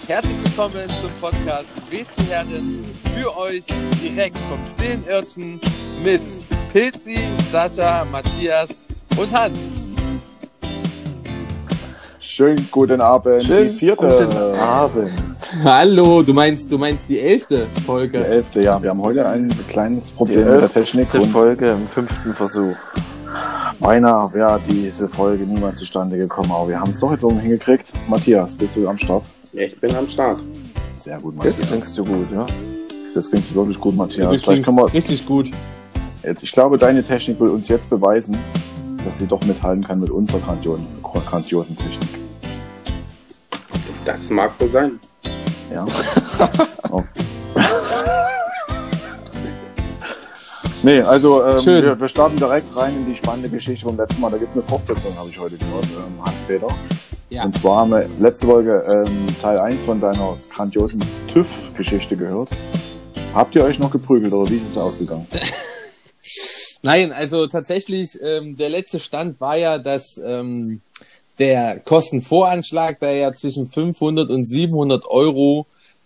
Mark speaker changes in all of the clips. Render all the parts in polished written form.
Speaker 1: Herzlich willkommen zum Podcast WC Herren, für euch direkt vom stillen Örtchen mit Pilzi, Sascha, Matthias und Hans.
Speaker 2: Schönen guten Abend, die vierte.
Speaker 3: Guten Abend.
Speaker 1: Hallo, du meinst die 11. Folge?
Speaker 2: Die 11. Ja, wir haben heute ein kleines Problem mit der Technik.
Speaker 3: Die Folge im 5. Versuch.
Speaker 2: Beinahe wäre diese Folge niemals zustande gekommen, aber wir haben es doch jetzt irgendwie hingekriegt. Matthias, bist du am Start?
Speaker 4: Ja, ich bin am Start.
Speaker 2: Sehr gut, Matthias.
Speaker 3: Jetzt klingst du gut, ja?
Speaker 2: Jetzt klingst du wirklich gut, Matthias.
Speaker 1: Du klingst richtig gut.
Speaker 2: Ich glaube, deine Technik will uns jetzt beweisen, dass sie doch mithalten kann mit unserer grandiosen Technik.
Speaker 4: Das mag wohl sein.
Speaker 2: Ja. Oh. Nee, also wir starten direkt rein in die spannende Geschichte vom letzten Mal. Da gibt es eine Fortsetzung, habe ich heute gehört, Hans-Peter.
Speaker 1: Ja.
Speaker 2: Und zwar haben wir letzte Folge Teil 1 von deiner grandiosen TÜV-Geschichte gehört. Habt ihr euch noch geprügelt oder wie ist es ausgegangen?
Speaker 1: Nein, also tatsächlich, der letzte Stand war ja, dass der Kostenvoranschlag, der ja zwischen 500 und 700 Euro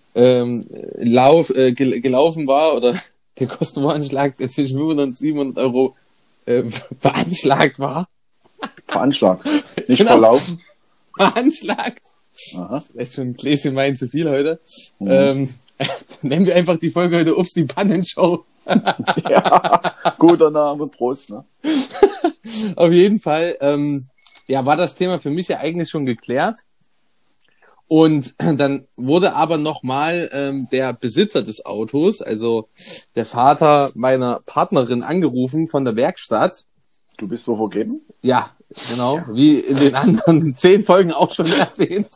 Speaker 1: gelaufen war, oder der Kostenvoranschlag, der zwischen 500 und 700 Euro veranschlagt war.
Speaker 2: Veranschlagt, nicht
Speaker 1: Genau.
Speaker 2: verlaufen.
Speaker 1: Veranschlagt.
Speaker 2: Aha.
Speaker 1: Vielleicht schon ein Gläschen Wein zu viel heute. Nennen wir einfach die Folge heute Ups, die Pannenshow.
Speaker 2: Ja, guter Name, Prost, ne?
Speaker 1: Auf jeden Fall, war das Thema für mich ja eigentlich schon geklärt. Und dann wurde aber nochmal der Besitzer des Autos, also der Vater meiner Partnerin, angerufen von der Werkstatt.
Speaker 2: Du bist so vergeben?
Speaker 1: Ja, genau, wie in den anderen 10 Folgen auch schon erwähnt.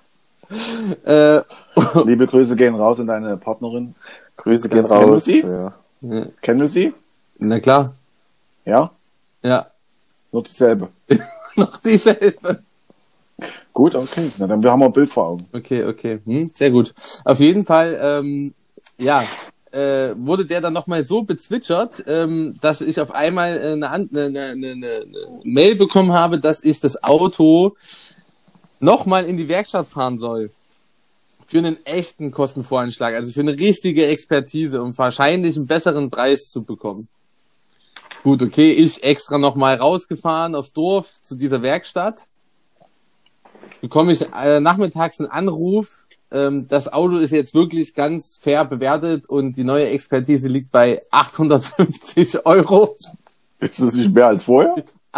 Speaker 2: Liebe Grüße gehen raus an deine Partnerin.
Speaker 3: Grüße gehen
Speaker 2: Kennen
Speaker 3: raus.
Speaker 2: Sie?
Speaker 3: Ja.
Speaker 2: Kennen du sie?
Speaker 1: Na klar,
Speaker 2: Ja?
Speaker 1: ja,
Speaker 2: Nur dieselbe.
Speaker 1: noch dieselbe.
Speaker 2: Gut, okay. Na dann, wir haben ein Bild vor Augen.
Speaker 1: Okay, sehr gut. Auf jeden Fall, wurde der dann nochmal so bezwitschert, dass ich auf einmal eine Mail bekommen habe, dass ich das Auto nochmal in die Werkstatt fahren soll. Für einen echten Kostenvoranschlag, also für eine richtige Expertise, um wahrscheinlich einen besseren Preis zu bekommen. Gut, okay, ich extra nochmal rausgefahren aufs Dorf zu dieser Werkstatt. Bekomme ich nachmittags einen Anruf, das Auto ist jetzt wirklich ganz fair bewertet und die neue Expertise liegt bei 850 Euro.
Speaker 2: Ist das nicht mehr als vorher?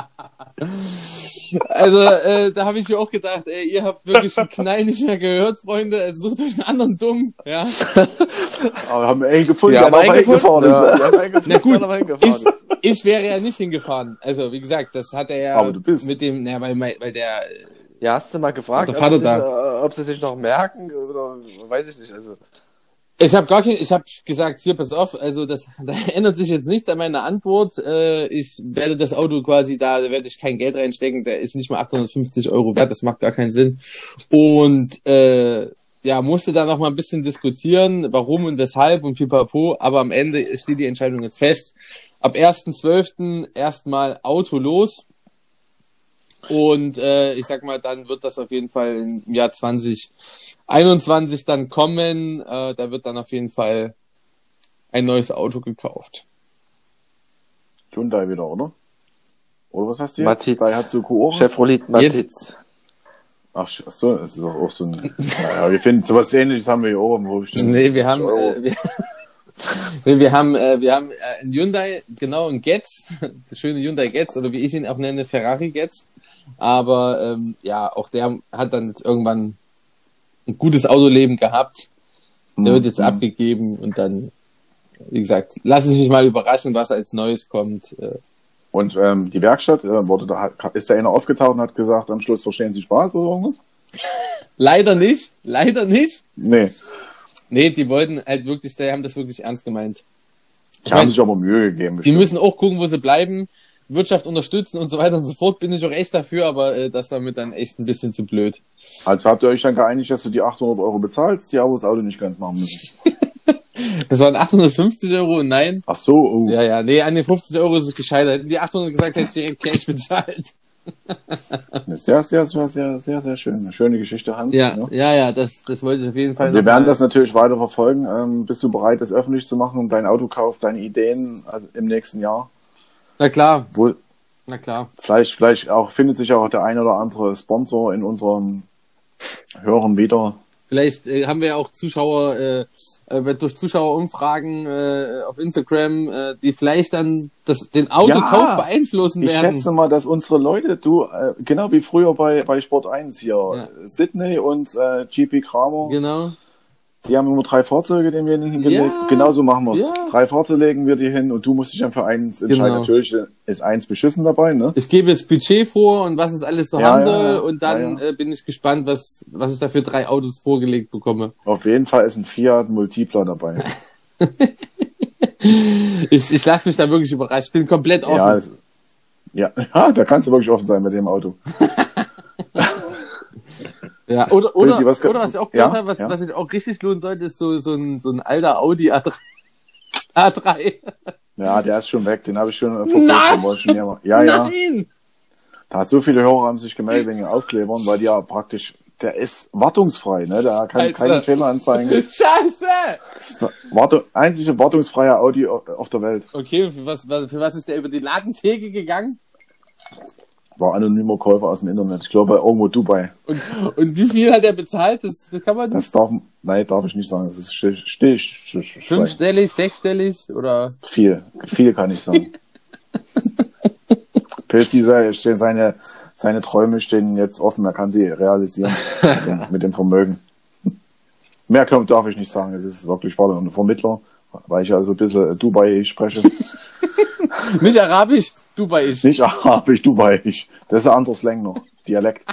Speaker 1: Also, da habe ich mir auch gedacht, ihr habt wirklich den Knall nicht mehr gehört, Freunde. Also sucht euch einen anderen dumm, ja.
Speaker 2: Aber haben wir einen gefunden,
Speaker 3: Wir
Speaker 2: der
Speaker 3: haben
Speaker 2: noch
Speaker 3: eingefahren.
Speaker 2: hingefahren ist.
Speaker 1: Na gut, ich wäre ja nicht hingefahren. Also, wie gesagt, das hat er ja
Speaker 2: Aber du bist.
Speaker 1: mit dem, weil der,
Speaker 3: Ja, hast du mal gefragt,
Speaker 1: Der Vater
Speaker 3: ob sie sich noch merken oder weiß ich nicht. Also
Speaker 1: ich habe gesagt, hier, pass auf, also da ändert sich jetzt nichts an meiner Antwort. Ich werde das Auto quasi da werde ich kein Geld reinstecken, der ist nicht mal 850 Euro wert, das macht gar keinen Sinn. Und musste da noch mal ein bisschen diskutieren, warum und weshalb und pipapo, aber am Ende steht die Entscheidung jetzt fest. Ab 1.12. erstmal Auto los. Und ich sag mal, dann wird das auf jeden Fall im Jahr 2021 dann kommen. Da wird dann auf jeden Fall ein neues Auto gekauft.
Speaker 2: Hyundai wieder, oder? Oder was hast du jetzt?
Speaker 3: Matiz.
Speaker 2: Bei Hatsuko
Speaker 3: Chevrolet Matiz.
Speaker 2: Ach so, das ist auch so ein... Naja, wir finden sowas Ähnliches haben wir hier oben. Wo
Speaker 1: Nee, wir haben... Wir haben ein Hyundai, genau, ein Getz, das schöne Hyundai Getz, oder wie ich ihn auch nenne, Ferrari Getz. Aber auch der hat dann irgendwann ein gutes Autoleben gehabt. Der wird jetzt abgegeben und dann, wie gesagt, lass ich mich mal überraschen, was als Neues kommt.
Speaker 2: Und die Werkstatt, ist da einer aufgetaucht und hat gesagt, am Schluss verstehen Sie Spaß oder irgendwas?
Speaker 1: Leider nicht.
Speaker 2: Nee,
Speaker 1: Die wollten halt wirklich, die haben das wirklich ernst gemeint.
Speaker 2: die haben sich aber Mühe gegeben.
Speaker 1: Die
Speaker 2: bestimmt.
Speaker 1: müssen auch gucken, wo sie bleiben, Wirtschaft unterstützen und so weiter und so fort, bin ich auch echt dafür, aber das war mir dann echt ein bisschen zu blöd.
Speaker 2: Also habt ihr euch dann geeinigt, dass du die 800 Euro bezahlst, die aber das Auto nicht ganz machen müssen?
Speaker 1: Das waren 850 Euro, nein.
Speaker 2: Ach so, oh.
Speaker 1: Ja, nee, an den 50 Euro ist es gescheitert. Hätten die 800 gesagt, hätte ich direkt Cash bezahlt.
Speaker 2: Eine sehr, sehr, sehr, sehr, sehr, sehr schön. Eine schöne Geschichte, Hans.
Speaker 1: Ja,
Speaker 2: Ne?
Speaker 1: ja, das wollte ich auf jeden Fall
Speaker 2: Wir
Speaker 1: noch
Speaker 2: werden
Speaker 1: mal-
Speaker 2: das natürlich weiter verfolgen. Bist du bereit, das öffentlich zu machen, dein Autokauf, deine Ideen, also im nächsten Jahr?
Speaker 1: Na klar,
Speaker 2: Wo,
Speaker 1: na klar.
Speaker 2: vielleicht auch, findet sich auch der ein oder andere Sponsor in unseren Hörern wieder.
Speaker 1: Vielleicht haben wir ja auch Zuschauer, durch Zuschauerumfragen auf Instagram, die vielleicht dann den Autokauf
Speaker 2: Ja,
Speaker 1: beeinflussen
Speaker 2: Ich
Speaker 1: werden.
Speaker 2: schätze mal, dass unsere Leute, genau wie früher bei Sport 1 hier,
Speaker 1: Ja.
Speaker 2: Sydney und GP Kramer,
Speaker 1: Genau.
Speaker 2: die haben immer 3 Fahrzeuge, den wir hingelegt.
Speaker 1: Ja.
Speaker 2: Genauso machen wir es.
Speaker 1: Ja.
Speaker 2: 3 Fahrzeuge legen wir dir hin und du musst dich dann für eins entscheiden.
Speaker 1: Genau.
Speaker 2: Natürlich ist eins beschissen dabei, ne?
Speaker 1: Ich gebe das Budget vor und was es alles so
Speaker 2: Ja,
Speaker 1: haben
Speaker 2: ja,
Speaker 1: soll
Speaker 2: ja.
Speaker 1: und dann
Speaker 2: Ja,
Speaker 1: bin ich gespannt, was ich da für 3 Autos vorgelegt bekomme.
Speaker 2: Auf jeden Fall ist ein Fiat Multipla dabei.
Speaker 1: Ich lasse mich da wirklich überraschen. Ich bin komplett offen.
Speaker 2: Ja, da kannst du wirklich offen sein mit dem Auto.
Speaker 1: Ja, oder
Speaker 2: Pilzi, was
Speaker 1: ich auch gehört
Speaker 2: ja,
Speaker 1: habe,
Speaker 2: ja.
Speaker 1: was sich auch richtig lohnen sollte, ist so ein alter Audi A3.
Speaker 2: Ja, der ist schon weg, den habe ich schon
Speaker 1: Nein!
Speaker 2: Ja, ja.
Speaker 1: Nein!
Speaker 2: Da hat so viele Hörer haben sich gemeldet wegen den Aufklebern, weil die ja praktisch, der ist wartungsfrei, ne? Der kann
Speaker 1: Alter.
Speaker 2: keine Fehler anzeigen.
Speaker 1: Scheiße!
Speaker 2: Das ist der einzige wartungsfreie Audi auf der Welt.
Speaker 1: Okay, für was ist der über die Ladentheke gegangen?
Speaker 2: War anonymer Käufer aus dem Internet. Ich glaube, irgendwo Dubai.
Speaker 1: Und wie viel hat er bezahlt? Das kann man nicht.
Speaker 2: Darf ich nicht sagen. Das ist still.
Speaker 1: 5-stellig, 6-stellig oder?
Speaker 2: Viel kann ich sagen. Pilzi, seine Träume stehen jetzt offen. Er kann sie realisieren mit dem Vermögen. Mehr darf ich nicht sagen. Es ist wirklich voll ein Vermittler, weil ich ja so ein bisschen Dubai spreche.
Speaker 1: Nicht Arabisch, Dubai-isch.
Speaker 2: Nicht Arabisch, Dubai-isch. Das ist ein anderes Slang noch. Dialekt.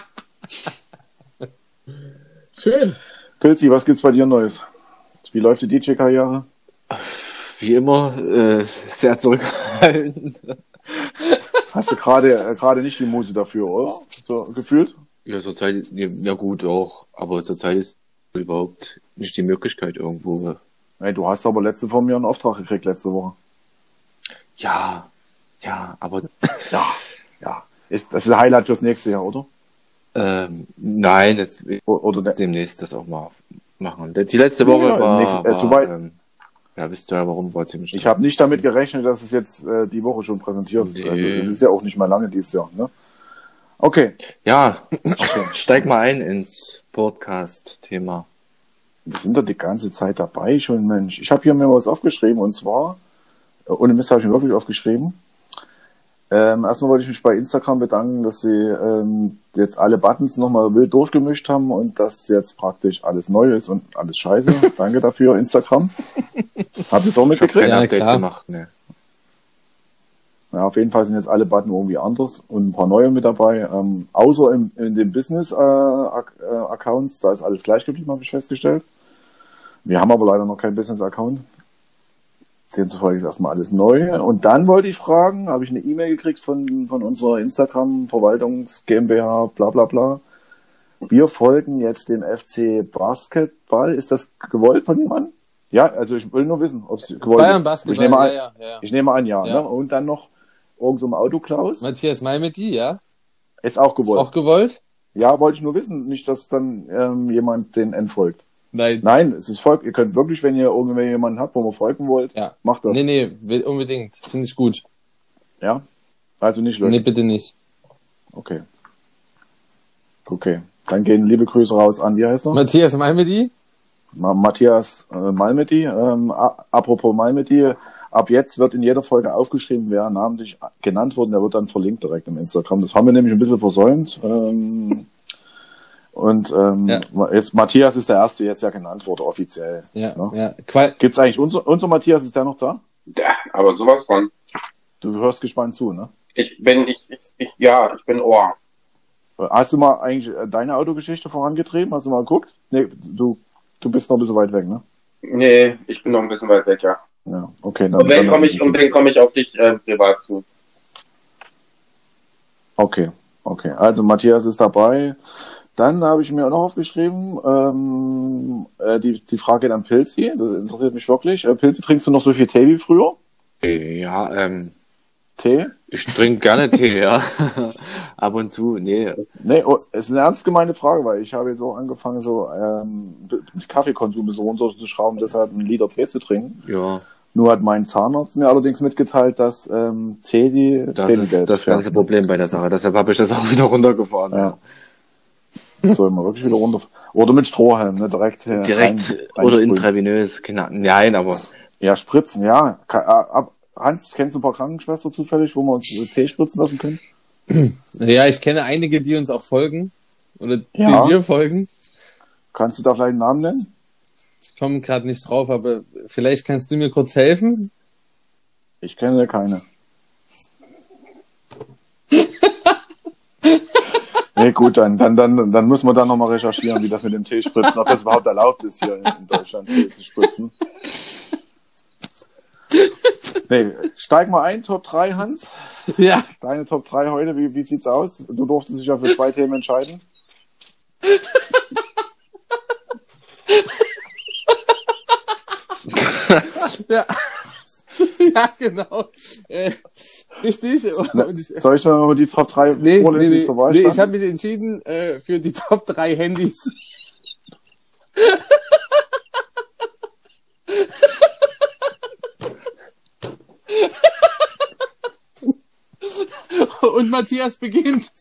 Speaker 1: Schön.
Speaker 2: Pilzi, was gibt's bei dir Neues? Wie läuft die DJ-Karriere?
Speaker 3: Wie immer, sehr zurückhaltend.
Speaker 2: Hast du gerade nicht die Muse dafür, oder? So gefühlt?
Speaker 3: Ja, zurzeit, ja gut auch, aber zurzeit ist überhaupt nicht die Möglichkeit irgendwo.
Speaker 2: Hey, du hast aber von mir einen Auftrag gekriegt letzte Woche.
Speaker 3: Ja, aber
Speaker 2: Ja. Das ist ein Highlight fürs nächste Jahr, oder?
Speaker 3: nein, jetzt
Speaker 2: Oder
Speaker 3: demnächst das auch mal machen. Die letzte Woche
Speaker 2: Ja,
Speaker 3: war
Speaker 2: soweit.
Speaker 3: ja, wisst ihr ja, warum war ziemlich
Speaker 2: Ich habe nicht damit gerechnet, dass es jetzt die Woche schon präsentiert ist.
Speaker 3: Nee.
Speaker 2: Also, es ist ja auch nicht mal lange dieses Jahr, ne? Okay.
Speaker 3: Ja, steig mal ein ins Podcast-Thema.
Speaker 2: Wir sind doch die ganze Zeit dabei schon, Mensch. Ich habe hier mir was aufgeschrieben und zwar, ohne Mist habe ich mir wirklich aufgeschrieben. Erstmal wollte ich mich bei Instagram bedanken, dass sie jetzt alle Buttons nochmal wild durchgemischt haben und dass jetzt praktisch alles neu ist und alles scheiße. Danke dafür, Instagram. Habt ihr es auch
Speaker 3: Ich habe
Speaker 2: mitgekriegt?
Speaker 3: kein
Speaker 1: Ja,
Speaker 3: Update
Speaker 1: klar.
Speaker 3: gemacht, ne.
Speaker 2: Ja, auf jeden Fall sind jetzt alle Button irgendwie anders und ein paar neue mit dabei. Außer in den Business-Accounts, da ist alles gleich geblieben, habe ich festgestellt. Wir haben aber leider noch keinen Business-Account. Demzufolge ist erstmal alles neu. Und dann wollte ich fragen, habe ich eine E-Mail gekriegt von unserer Instagram-Verwaltungs GmbH, bla bla bla. Wir folgen jetzt dem FC Basketball. Ist das gewollt von jemandem? Ja, also ich will nur wissen, ob es gewollt
Speaker 1: Bayern
Speaker 2: ist.
Speaker 1: Basketball,
Speaker 2: Ich nehme an,
Speaker 1: ja.
Speaker 2: Ich nehme an, ja.
Speaker 1: Ja.
Speaker 2: Ne? Und dann noch irgend so ein Autoklaus.
Speaker 1: Matthias Malmedy, ja?
Speaker 2: Ist auch gewollt.
Speaker 1: Auch gewollt?
Speaker 2: Ja, wollte ich nur wissen, nicht, dass dann jemand den entfolgt.
Speaker 1: Nein.
Speaker 2: Nein, es ist Ihr könnt wirklich, wenn ihr irgendwer jemanden habt, wo ihr folgen wollt,
Speaker 1: Ja.
Speaker 2: macht das.
Speaker 1: Nee, will unbedingt. Finde ich gut.
Speaker 2: Ja? Also nicht löschen.
Speaker 1: Nee, bitte nicht.
Speaker 2: Okay. Okay. Dann gehen liebe Grüße raus an, wie heißt er?
Speaker 1: Matthias Malmedy?
Speaker 2: Matthias Malmedy. Apropos Malmedy, ab jetzt wird in jeder Folge aufgeschrieben, wer namentlich genannt wurde, der wird dann verlinkt direkt im Instagram. Das haben wir nämlich ein bisschen versäumt. Jetzt Matthias ist der Erste, jetzt ja genannt wurde, offiziell.
Speaker 1: Ja,
Speaker 2: Ne?
Speaker 1: ja.
Speaker 2: Gibt's eigentlich unser Matthias, ist der noch da?
Speaker 4: Ja, aber sowas von.
Speaker 2: Du hörst gespannt zu, ne?
Speaker 4: Ich bin Ohr.
Speaker 2: Hast du mal eigentlich deine Autogeschichte vorangetrieben? Hast du mal geguckt? Nee, du bist noch ein bisschen weit weg, ne?
Speaker 4: Nee, ich bin noch ein bisschen weit weg, ja.
Speaker 2: Ja, okay.
Speaker 4: Und dann komme ich auf dich privat zu.
Speaker 2: Okay. Also Matthias ist dabei. Dann habe ich mir auch noch aufgeschrieben, die Frage geht an Pilzi. Das interessiert mich wirklich. Pilzi, trinkst du noch so viel Tee wie früher?
Speaker 3: Ja,
Speaker 2: Tee?
Speaker 3: Ich trinke gerne Tee, ja. Ab und zu, nee.
Speaker 2: Nee, oh, es ist eine ernst gemeinte Frage, weil ich habe jetzt auch angefangen, so Kaffeekonsum so runterzuschrauben, deshalb einen Liter Tee zu trinken.
Speaker 3: Ja,
Speaker 2: Nur hat mein Zahnarzt mir allerdings mitgeteilt, dass Tee die
Speaker 3: das
Speaker 2: Zähne
Speaker 3: ist
Speaker 2: gelb
Speaker 3: das ganze
Speaker 2: färbt.
Speaker 3: Problem bei der Sache. Deshalb habe ich das auch wieder runtergefahren.
Speaker 2: Ja. Soll man wirklich wieder runter. Oder mit Strohhalm, ne? Direkt
Speaker 3: Direkt
Speaker 2: rein
Speaker 3: oder
Speaker 2: sprühen.
Speaker 3: intravenös, genau. Nein, aber
Speaker 2: Ja, spritzen, ja. Hans, kennst du ein paar Krankenschwestern zufällig, wo wir uns Tee spritzen lassen können?
Speaker 1: Ja, ich kenne einige, die uns auch folgen. Oder
Speaker 2: Ja.
Speaker 1: die wir folgen.
Speaker 2: Kannst du da vielleicht einen Namen nennen?
Speaker 1: Ich komme gerade nicht drauf, aber vielleicht kannst du mir kurz helfen.
Speaker 2: Ich kenne keine. Nee, gut, dann müssen wir da nochmal recherchieren, wie das mit dem Teespritzen, ob das überhaupt erlaubt ist, hier in Deutschland Tee zu spritzen. Nee, steig mal ein, Top 3, Hans.
Speaker 1: Ja.
Speaker 2: Deine Top 3 heute, wie sieht's aus? Du durftest dich ja für 2 Themen entscheiden.
Speaker 1: Ja. Ja, genau. Richtig. Und ich,
Speaker 2: Soll ich noch mal die Top 3
Speaker 1: nee,
Speaker 2: vorlesen, die zur Wahl
Speaker 1: ich
Speaker 2: standen?
Speaker 1: habe mich entschieden für die Top 3 Handys. Und Matthias beginnt.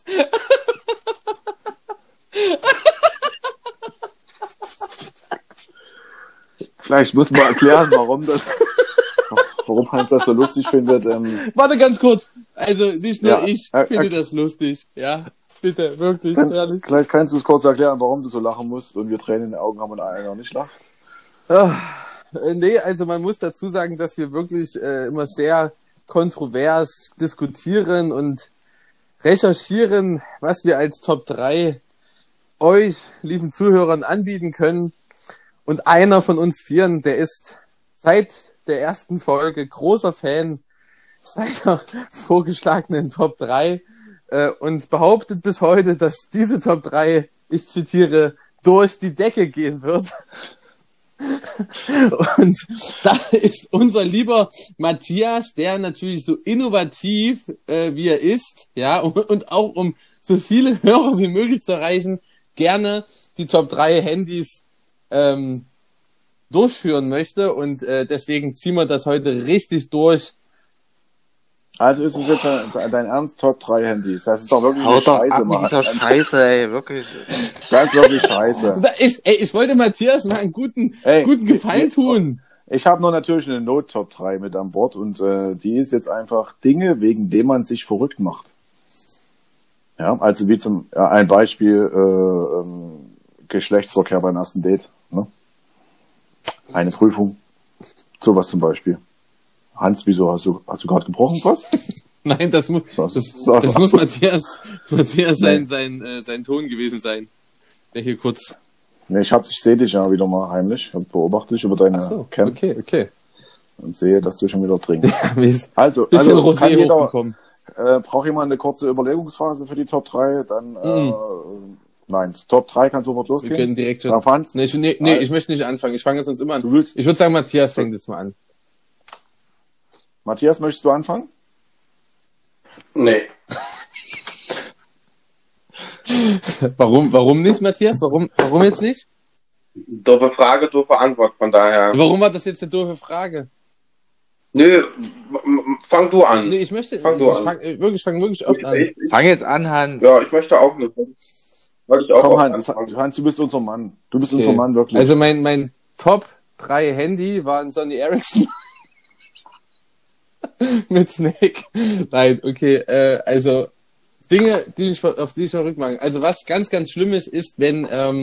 Speaker 2: Vielleicht muss man erklären, warum Hans das so lustig findet.
Speaker 1: Warte ganz kurz. Also nicht nur
Speaker 2: Ja,
Speaker 1: ich finde das lustig. Ja, bitte, wirklich, ehrlich.
Speaker 2: Vielleicht kannst du es kurz erklären, warum du so lachen musst und wir Tränen in den Augen haben und einer nicht lacht.
Speaker 1: Nee, also man muss dazu sagen, dass wir wirklich immer sehr kontrovers diskutieren und recherchieren, was wir als Top 3 euch, lieben Zuhörern, anbieten können. Und einer von uns Vieren, der ist seit der ersten Folge großer Fan seiner vorgeschlagenen Top 3 und behauptet bis heute, dass diese Top 3, ich zitiere, durch die Decke gehen wird. Und da ist unser lieber Matthias, der natürlich so innovativ wie er ist, ja, und auch um so viele Hörer wie möglich zu erreichen, gerne die Top 3 Handys durchführen möchte und deswegen ziehen wir das heute richtig durch.
Speaker 2: Also ist es jetzt dein Ernst, Top 3 Handys. Das ist doch wirklich eine
Speaker 3: haut doch
Speaker 2: Scheiße,
Speaker 3: ab mit
Speaker 2: Mann.
Speaker 3: dieser Scheiße, ey, wirklich.
Speaker 2: Das ist wirklich scheiße.
Speaker 1: Ich wollte Matthias mal einen guten Gefallen tun.
Speaker 2: Ich habe nur natürlich eine Not-Top 3 mit an Bord und die ist jetzt einfach Dinge, wegen denen man sich verrückt macht. Ja, also wie ein Beispiel Geschlechtsverkehr beim ersten Date. Ne? Eine Prüfung. Sowas zum Beispiel. Hans, wieso hast du gerade gebrochen, was?
Speaker 1: Nein, das muss Matthias sein Ton gewesen sein. Der hier kurz.
Speaker 2: Nee, ich sehe dich ja wieder mal heimlich. Ich beobachte dich über deine Cam
Speaker 1: Okay.
Speaker 2: und sehe, dass du schon wieder trinkst. Also
Speaker 1: bisschen
Speaker 2: kann
Speaker 1: Rosé
Speaker 2: jeder,
Speaker 1: hochbekommen.
Speaker 2: braucht jemand eine kurze Überlegungsphase für die Top 3? Dann, nein, Top 3 kann sofort
Speaker 1: Wir
Speaker 2: losgehen.
Speaker 1: können direkt schon.
Speaker 2: Drauf, Hans.
Speaker 1: Nee, ich möchte nicht anfangen. Ich fange jetzt sonst immer an.
Speaker 2: Du willst-
Speaker 1: Ich würde sagen, Matthias fängt jetzt mal an.
Speaker 2: Matthias, möchtest du anfangen?
Speaker 4: Nee.
Speaker 1: Warum nicht, Matthias? Warum jetzt nicht?
Speaker 4: Doofe Frage, doofe Antwort, von daher.
Speaker 1: Warum war das jetzt eine doofe Frage?
Speaker 4: Nö, fang du an.
Speaker 1: Nee, ich möchte,
Speaker 4: Fang
Speaker 1: ich
Speaker 4: du an.
Speaker 1: fange wirklich oft an.
Speaker 3: Fang jetzt an, Hans.
Speaker 4: Ja, ich möchte auch nicht. Wollte ich auch
Speaker 2: Komm,
Speaker 4: oft
Speaker 2: Hans,
Speaker 4: anfangen.
Speaker 2: Hans, du bist unser Mann. Du bist
Speaker 1: Okay.
Speaker 2: unser Mann, wirklich.
Speaker 1: Also mein Top 3 Handy war ein Sony Ericsson. Mit Snake. Nein, okay, also Dinge, auf die ich verrückt mache. Also was ganz, ganz Schlimmes ist, wenn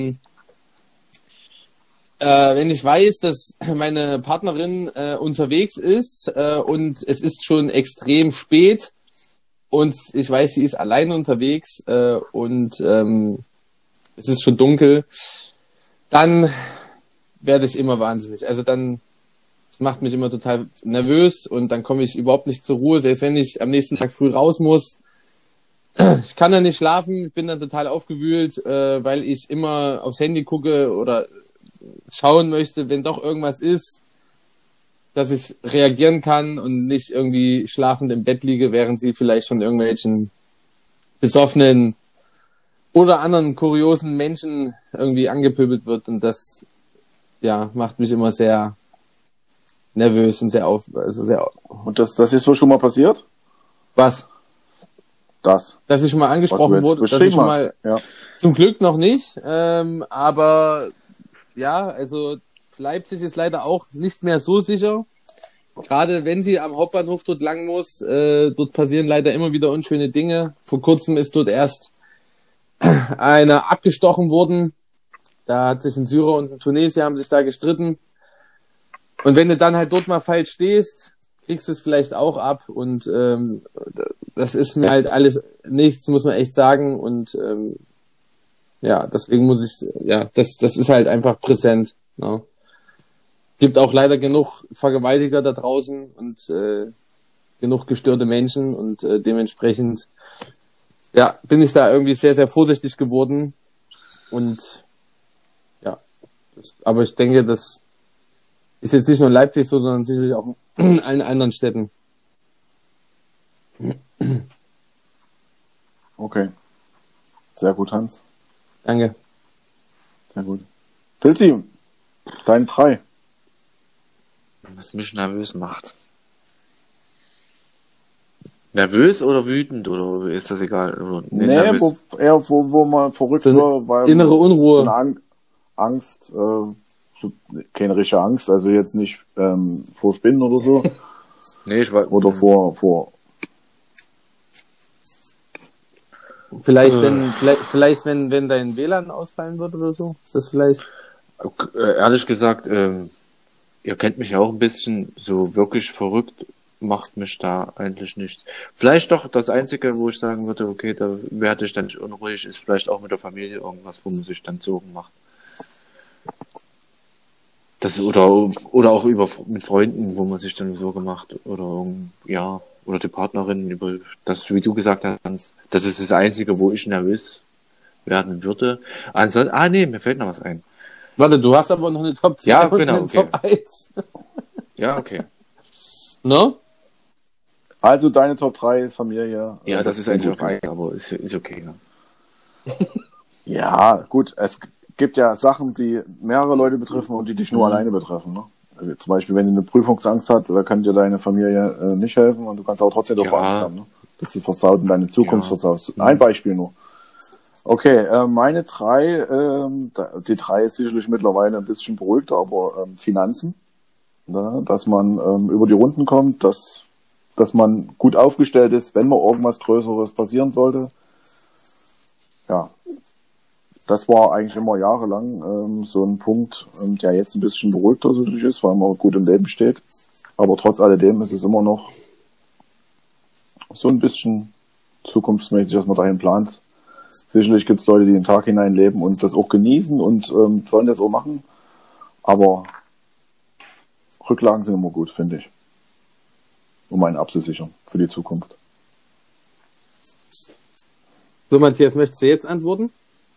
Speaker 1: ich weiß, dass meine Partnerin unterwegs ist und es ist schon extrem spät und ich weiß, sie ist alleine unterwegs und es ist schon dunkel, dann werde ich immer wahnsinnig. Also dann das macht mich immer total nervös und dann komme ich überhaupt nicht zur Ruhe, selbst wenn ich am nächsten Tag früh raus muss. Ich kann dann nicht schlafen, bin dann total aufgewühlt, weil ich immer aufs Handy gucke oder schauen möchte, wenn doch irgendwas ist. dass ich reagieren kann und nicht irgendwie schlafend im Bett liege, während sie vielleicht von irgendwelchen besoffenen oder anderen kuriosen Menschen irgendwie angepöbelt wird. Und das, ja, macht mich immer sehr nervös und sehr
Speaker 2: Und das ist so schon mal passiert?
Speaker 1: Was?
Speaker 2: Das.
Speaker 1: Dass ich schon mal angesprochen wurde, dass ich schon mal,
Speaker 2: ja.
Speaker 1: Zum Glück noch nicht, aber ja, also Leipzig ist leider auch nicht mehr so sicher. Gerade wenn sie am Hauptbahnhof dort lang muss, dort passieren leider immer wieder unschöne Dinge. Vor kurzem ist dort erst einer abgestochen worden. Da hat sich ein Syrer und ein Tunesier haben sich da gestritten. Und wenn du dann halt dort mal falsch stehst, kriegst du es vielleicht auch ab. Und das ist mir halt alles nichts, muss man echt sagen. Und ja, deswegen muss ich, ja, das ist halt einfach präsent. Ne? Gibt auch leider genug Vergewaltiger da draußen und genug gestörte Menschen und dementsprechend ja, bin ich da irgendwie sehr, sehr vorsichtig geworden und ja, aber ich denke, das ist jetzt nicht nur in Leipzig so, sondern sicherlich auch in allen anderen Städten.
Speaker 2: Okay. Sehr gut, Hans.
Speaker 1: Danke.
Speaker 2: Sehr gut. Pilzi, dein 3.
Speaker 3: Was mich nervös macht. Nervös oder wütend oder ist das egal? Oder,
Speaker 2: nee, wo man verrückt
Speaker 1: so
Speaker 2: war, weil
Speaker 1: innere Unruhe.
Speaker 2: So eine Angst, so, keine richtige Angst, also jetzt nicht vor Spinnen oder so.
Speaker 3: Nee, ich war.
Speaker 2: Oder vor
Speaker 1: Vielleicht wenn dein WLAN ausfallen wird oder so, ist das vielleicht.
Speaker 3: Ehrlich gesagt, ihr kennt mich ja auch ein bisschen, so wirklich verrückt macht mich da eigentlich nichts. Vielleicht doch das Einzige, wo ich sagen würde, okay, da werde ich dann nicht unruhig, ist vielleicht auch mit der Familie irgendwas, wo man sich dann Sorgen macht. Das, oder auch mit Freunden, wo man sich dann Sorgen macht, oder ja, oder die Partnerin, über das, wie du gesagt hast, das ist das Einzige, wo ich nervös werden würde. Ansonsten, nee, mir fällt noch was ein.
Speaker 1: Warte, du hast aber noch eine Top 2
Speaker 3: ja,
Speaker 1: und
Speaker 3: genau,
Speaker 1: eine
Speaker 3: okay.
Speaker 1: Top 1.
Speaker 3: Ja, okay.
Speaker 1: No?
Speaker 2: Also deine Top 3 ist Familie.
Speaker 3: Ja, das ist eigentlich okay, aber ist okay. Ja.
Speaker 2: Ja, gut, es gibt ja Sachen, die mehrere Leute betreffen und die dich nur alleine betreffen. Ne? Also zum Beispiel, wenn du eine Prüfungsangst hast, da kann dir deine Familie nicht helfen und du kannst auch trotzdem davor Angst haben, ne? Dass du versaut und deine Zukunft versaust. Ein Beispiel nur. Okay, meine 3, die 3 ist sicherlich mittlerweile ein bisschen beruhigter, aber Finanzen, ne? Dass man über die Runden kommt, dass man gut aufgestellt ist, wenn mal irgendwas Größeres passieren sollte. Ja, das war eigentlich immer jahrelang so ein Punkt, der jetzt ein bisschen beruhigter natürlich ist, weil man gut im Leben steht. Aber trotz alledem ist es immer noch so ein bisschen zukunftsmäßig, dass man dahin plant. Sicherlich gibt es Leute, die den Tag hinein leben und das auch genießen und sollen das auch machen. Aber Rücklagen sind immer gut, finde ich. Um einen abzusichern für die Zukunft.
Speaker 1: So, Matthias, möchtest du jetzt antworten?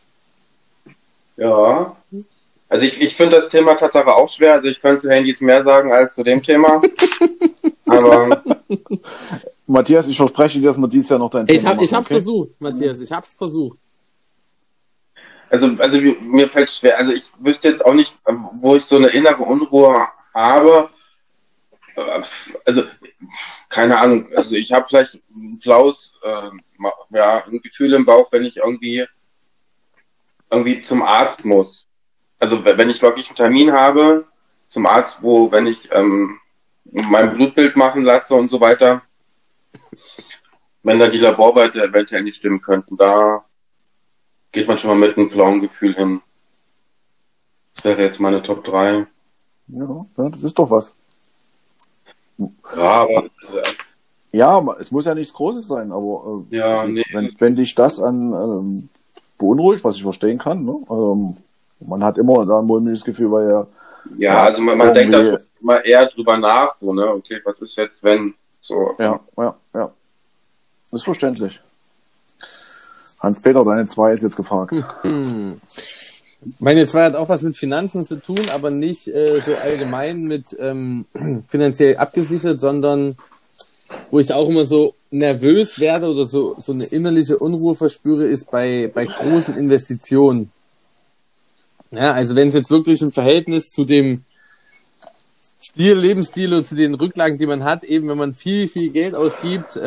Speaker 4: Ja. Also ich finde das Thema Tatsache auch schwer. Also ich könnte zu Handys mehr sagen als zu dem Thema. Aber
Speaker 2: Matthias, ich verspreche dir, dass wir dieses Jahr noch dein Thema machen.
Speaker 1: Ich hab's versucht, Matthias. Ich hab's versucht.
Speaker 4: also mir fällt schwer. Also ich wüsste jetzt auch nicht, wo ich so eine innere Unruhe habe. Also keine Ahnung. Also ich habe vielleicht ein flaues ein Gefühl im Bauch, wenn ich irgendwie zum Arzt muss. Also wenn ich wirklich einen Termin habe zum Arzt, wenn ich mein Blutbild machen lasse und so weiter, wenn da die Laborwerte eventuell nicht stimmen könnten, da geht man schon mal mit einem flauen Gefühl hin. Das wäre jetzt meine Top 3.
Speaker 2: Ja, das ist doch was.
Speaker 4: Ja, aber
Speaker 2: Ja, es muss ja nichts Großes sein, aber wenn dich das beunruhigt, was ich verstehen kann, ne? Man hat immer da ein mulmiges Gefühl, weil
Speaker 4: also man denkt da schon mal eher drüber nach, so, ne? Okay, was ist jetzt, wenn so.
Speaker 2: Ja. Das ist verständlich. Hans-Peter, deine 2 ist jetzt gefragt.
Speaker 1: Meine 2 hat auch was mit Finanzen zu tun, aber nicht so allgemein mit finanziell abgesichert, sondern wo ich auch immer so nervös werde oder so eine innerliche Unruhe verspüre, ist bei großen Investitionen. Ja, also wenn es jetzt wirklich im Verhältnis zu dem Lebensstil und zu den Rücklagen, die man hat, eben wenn man viel, viel Geld ausgibt,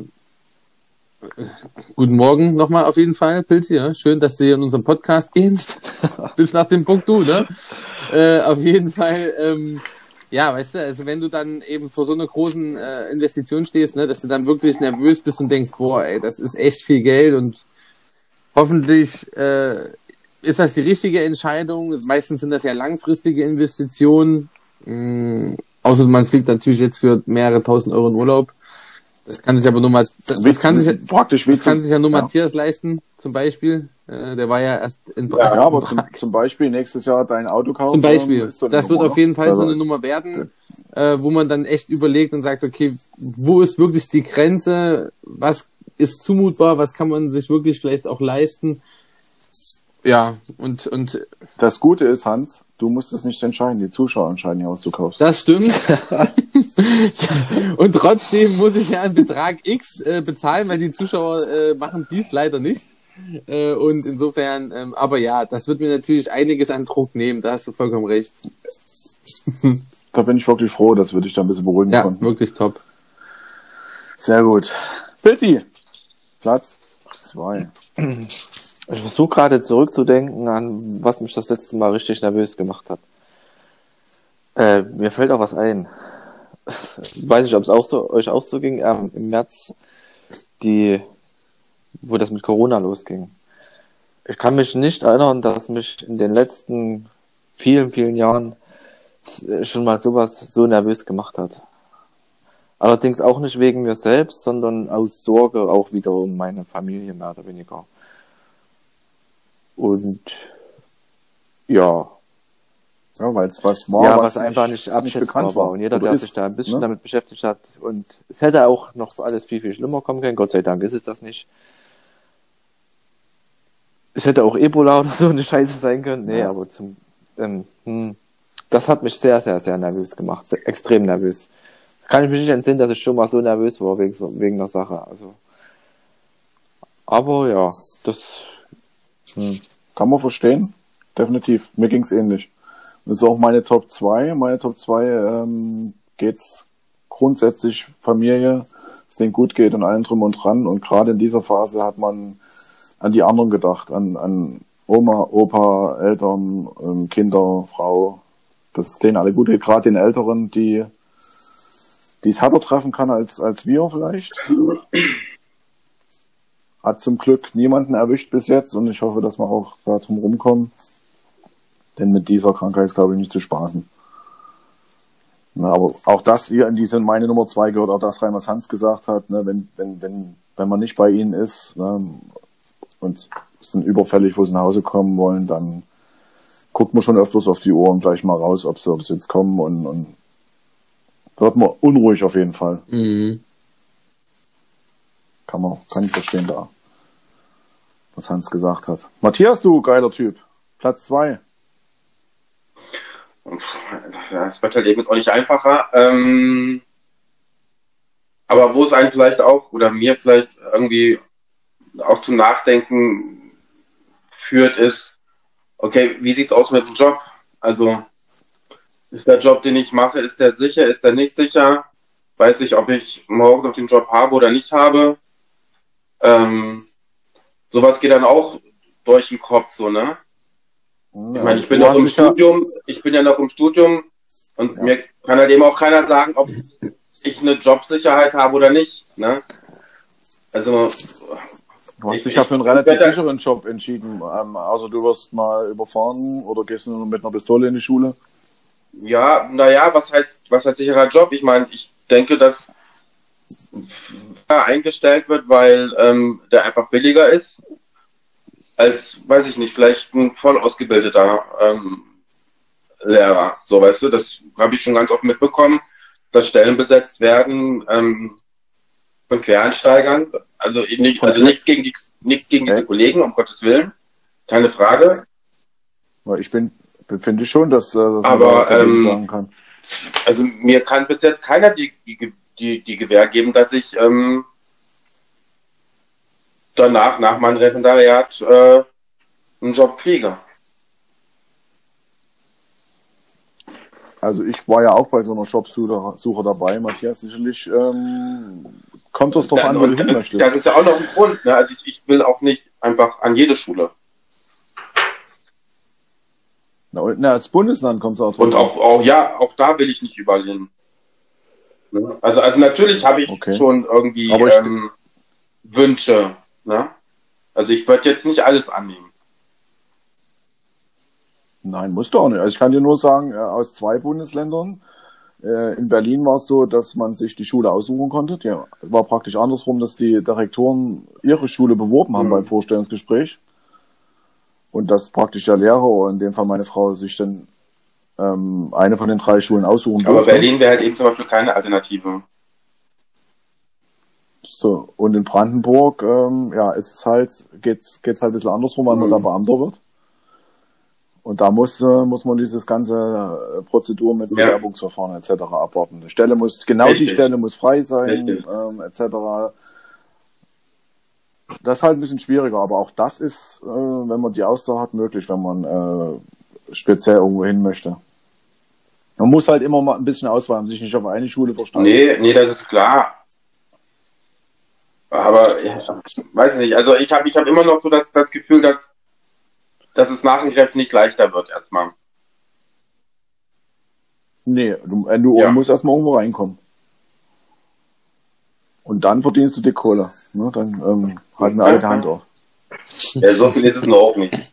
Speaker 1: guten Morgen nochmal auf jeden Fall, Pilzi, ja? Schön, dass du hier in unserem Podcast gehst. Bis nach dem Punkt du, ne? Auf jeden Fall, ja, weißt du, also wenn du dann eben vor so einer großen Investition stehst, ne, dass du dann wirklich nervös bist und denkst, boah, ey, das ist echt viel Geld und hoffentlich ist das die richtige Entscheidung. Meistens sind das ja langfristige Investitionen. Außer man fliegt natürlich jetzt für mehrere tausend Euro in Urlaub. Das kann sich aber nur mal, das kann sich ja nur Matthias leisten, zum Beispiel. Der war ja erst in Prag.
Speaker 2: Ja, aber zum Beispiel nächstes Jahr dein Auto kaufen.
Speaker 1: Zum Beispiel. So das wird auf jeden Fall so eine Nummer werden, wo man dann echt überlegt und sagt, okay, wo ist wirklich die Grenze? Was ist zumutbar? Was kann man sich wirklich vielleicht auch leisten? Ja, und
Speaker 2: das Gute ist, Hans, du musst es nicht entscheiden, die Zuschauer entscheiden ja, was du kaufst.
Speaker 1: Das stimmt. Und trotzdem muss ich ja einen Betrag X bezahlen, weil die Zuschauer machen dies leider nicht. Und insofern, aber ja, das wird mir natürlich einiges an Druck nehmen, da hast du vollkommen recht.
Speaker 2: Da bin ich wirklich froh, dass wir dich da ein bisschen beruhigen konnten.
Speaker 1: Ja, wirklich top.
Speaker 2: Sehr gut. Pilzi, Platz 2.
Speaker 3: Ich versuche gerade zurückzudenken an, was mich das letzte Mal richtig nervös gemacht hat. Mir fällt auch was ein. Weiß nicht, ob es euch auch so ging. Im März, wo das mit Corona losging. Ich kann mich nicht erinnern, dass mich in den letzten vielen, vielen Jahren schon mal sowas so nervös gemacht hat. Allerdings auch nicht wegen mir selbst, sondern aus Sorge auch wieder um meine Familie, mehr oder weniger. Und ja,
Speaker 2: weil es was war,
Speaker 3: was einfach nicht abschätzbar war. Und jeder, der sich da ein bisschen damit beschäftigt hat, und es hätte auch noch alles viel, viel schlimmer kommen können. Gott sei Dank ist es das nicht. Es hätte auch Ebola oder so eine Scheiße sein können. Nee, aber das hat mich sehr, sehr, sehr nervös gemacht. Extrem nervös. Kann ich mich nicht entsinnen, dass ich schon mal so nervös war wegen der Sache. Also. Aber ja, das
Speaker 2: kann man verstehen. Definitiv. Mir ging's ähnlich. Das ist auch meine Top 2. Meine Top 2 geht's grundsätzlich Familie, es denen gut geht und allen drum und dran. Und gerade in dieser Phase hat man an die anderen gedacht, an Oma, Opa, Eltern, Kinder, Frau, dass es denen alle gut geht. Gerade den Älteren, die es härter treffen kann als wir vielleicht. Hat zum Glück niemanden erwischt bis jetzt und ich hoffe, dass wir auch da drum rumkommen. Denn mit dieser Krankheit ist, glaube ich, nicht zu spaßen. Na, aber auch das hier in diese meine Nummer 2 gehört auch das rein, was Hans gesagt hat. Ne, wenn man nicht bei ihnen ist, ne, und sind überfällig, wo sie nach Hause kommen wollen, dann guckt man schon öfters auf die Uhr und gleich mal raus, ob sie jetzt kommen und wird man unruhig auf jeden Fall.
Speaker 1: Mhm.
Speaker 2: Kann ich verstehen da, was Hans gesagt hat. Matthias, du geiler Typ. Platz 2.
Speaker 4: Das wird halt eben jetzt auch nicht einfacher. Aber wo es einen vielleicht auch, oder mir vielleicht irgendwie auch zum Nachdenken führt, ist, okay, wie sieht's aus mit dem Job? Also, ist der Job, den ich mache, ist der sicher, ist der nicht sicher? Weiß ich, ob ich morgen noch den Job habe oder nicht habe? Sowas geht dann auch durch den Kopf, so, ne? Ich meine, ich bin ja noch im Studium und mir kann halt eben auch keiner sagen, ob ich eine Jobsicherheit habe oder nicht, ne? Also,
Speaker 2: du hast dich ja für einen relativ sicheren Job entschieden. Also du wirst mal überfahren oder gehst du mit einer Pistole in die Schule?
Speaker 4: Ja, naja, was heißt sicherer Job? Ich meine, ich denke, dass eingestellt wird, weil der einfach billiger ist als, weiß ich nicht, vielleicht ein voll ausgebildeter Lehrer. So, weißt du, das habe ich schon ganz oft mitbekommen, dass Stellen besetzt werden von Quereinsteigern. Also nichts gegen diese Kollegen, um Gottes Willen. Keine Frage.
Speaker 2: Weil finde ich schon, dass man
Speaker 4: Aber,
Speaker 2: das dagegen sagen kann.
Speaker 4: Also mir kann bis jetzt keiner die Gewähr geben, dass ich danach, nach meinem Referendariat, einen Job kriege.
Speaker 2: Also ich war ja auch bei so einer Jobsuche dabei, Matthias, sicherlich kommt das doch an, wo du hin möchtest.
Speaker 4: Das ist ja auch noch ein Grund. Ne? Also ich will auch nicht einfach an jede Schule.
Speaker 2: Als Bundesland kommt es auch drauf.
Speaker 4: Und auch da will ich nicht überall hin. Ne? Also natürlich habe ich schon irgendwie Wünsche. Ne? Also ich würde jetzt nicht alles annehmen.
Speaker 2: Nein, musst du auch nicht. Also ich kann dir nur sagen, aus 2 Bundesländern. In Berlin war es so, dass man sich die Schule aussuchen konnte. Ja, war praktisch andersrum, dass die Direktoren ihre Schule beworben haben beim Vorstellungsgespräch. Und dass praktisch der Lehrer, oder in dem Fall meine Frau, sich dann eine von den 3 Schulen aussuchen durfte.
Speaker 4: Aber Berlin wäre halt eben zum Beispiel keine Alternative.
Speaker 2: So, und in Brandenburg, geht's halt ein bisschen andersrum, weil man da Beamter wird. Und da muss man dieses ganze Prozedur mit Bewerbungsverfahren etc. abwarten. Die Stelle muss frei sein, etc. Das ist halt ein bisschen schwieriger, aber auch das ist, wenn man die Ausdauer hat, möglich, wenn man speziell irgendwo hin möchte. Man muss halt immer mal ein bisschen Auswahl haben, sich nicht auf eine Schule versteifen.
Speaker 4: Nee, das ist klar. Aber weiß nicht, also ich hab immer noch so das Gefühl, dass es nach dem Ref nicht leichter wird erstmal.
Speaker 2: Nee, du musst erstmal irgendwo reinkommen. Und dann verdienst du die Kohle. Ne? Dann halten wir alle die Hand auf.
Speaker 4: Ja, so viel ist es noch auch nicht.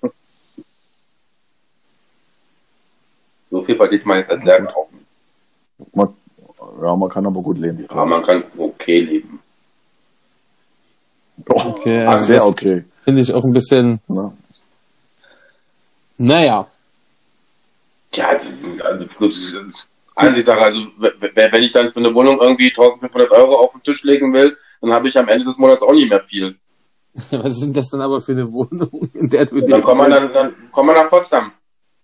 Speaker 4: So viel verdient man jetzt als Lehrer auch nicht.
Speaker 2: Man kann aber gut leben.
Speaker 4: Ja, man kann okay leben.
Speaker 1: Okay,
Speaker 2: also sehr okay.
Speaker 1: Finde ich auch ein bisschen...
Speaker 2: Ja.
Speaker 1: Naja.
Speaker 4: Ja, das ist eine Sache. Also, wenn ich dann für eine Wohnung irgendwie 1.500 Euro auf den Tisch legen will, dann habe ich am Ende des Monats auch nicht mehr viel.
Speaker 1: Was sind das dann aber für eine Wohnung, in der du...
Speaker 4: Dann kommen wir nach Potsdam.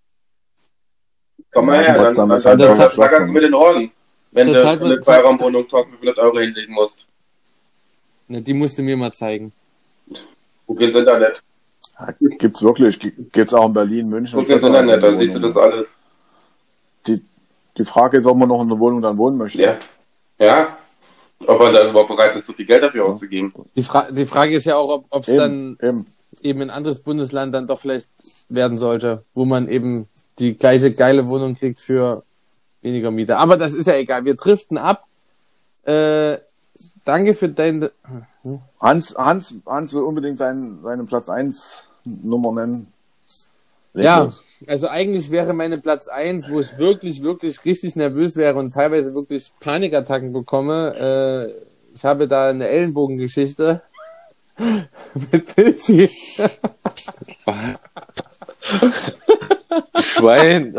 Speaker 4: Komm mal her, dann flackerst du mit den Ohren, wenn du eine Zweiraumwohnung 1.500 Euro hinlegen musst.
Speaker 1: Na, die musst du mir mal zeigen.
Speaker 4: Guck ins Internet.
Speaker 2: Ja, gibt's wirklich. Gibt's auch in Berlin, München.
Speaker 4: Guck ins Internet, dann siehst du das alles.
Speaker 2: Die Frage ist, ob man noch in der Wohnung dann wohnen möchte.
Speaker 4: Ja. Ob man dann überhaupt bereit ist, so viel Geld dafür auszugeben.
Speaker 1: Die Frage ist ja auch, ob es dann eben ein anderes Bundesland dann doch vielleicht werden sollte, wo man eben die gleiche geile Wohnung kriegt für weniger Miete. Aber das ist ja egal. Wir driften ab. Danke für dein...
Speaker 2: Hans will unbedingt seine Platz 1 Nummer nennen.
Speaker 1: Ja, also eigentlich wäre meine Platz 1, wo ich wirklich, wirklich richtig nervös wäre und teilweise wirklich Panikattacken bekomme. Ich habe da eine Ellenbogengeschichte mit Pilzi.
Speaker 3: Schwein.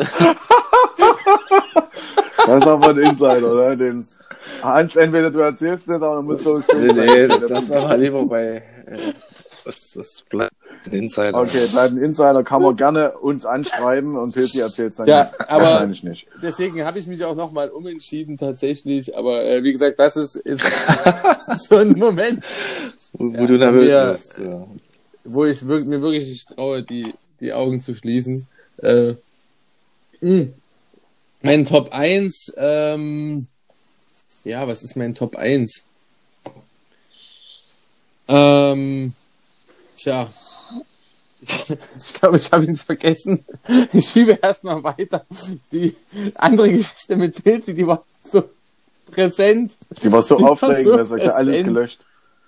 Speaker 2: Das ist aber ein Insider, oder? Den Hans, entweder du erzählst das, aber dann musst du...
Speaker 3: Nee, das war mal lieber bei... Das bleibt ein Insider.
Speaker 2: Okay, bleibt ein Insider, kann man gerne uns anschreiben und Pilzi erzählt es dann
Speaker 1: aber
Speaker 2: wahrscheinlich nicht.
Speaker 1: Deswegen habe ich mich auch nochmal umentschieden tatsächlich, aber wie gesagt, das ist so ein Moment,
Speaker 3: wo du nervös bist. Ja.
Speaker 1: Wo ich mir wirklich nicht traue, die Augen zu schließen. Mein Top 1, was ist mein Top 1? Ich glaube, ich habe ihn vergessen. Ich schiebe erstmal weiter. Die andere Geschichte mit Pilzi, die war so präsent.
Speaker 2: Die war so aufregend, das habe ich ja alles gelöscht.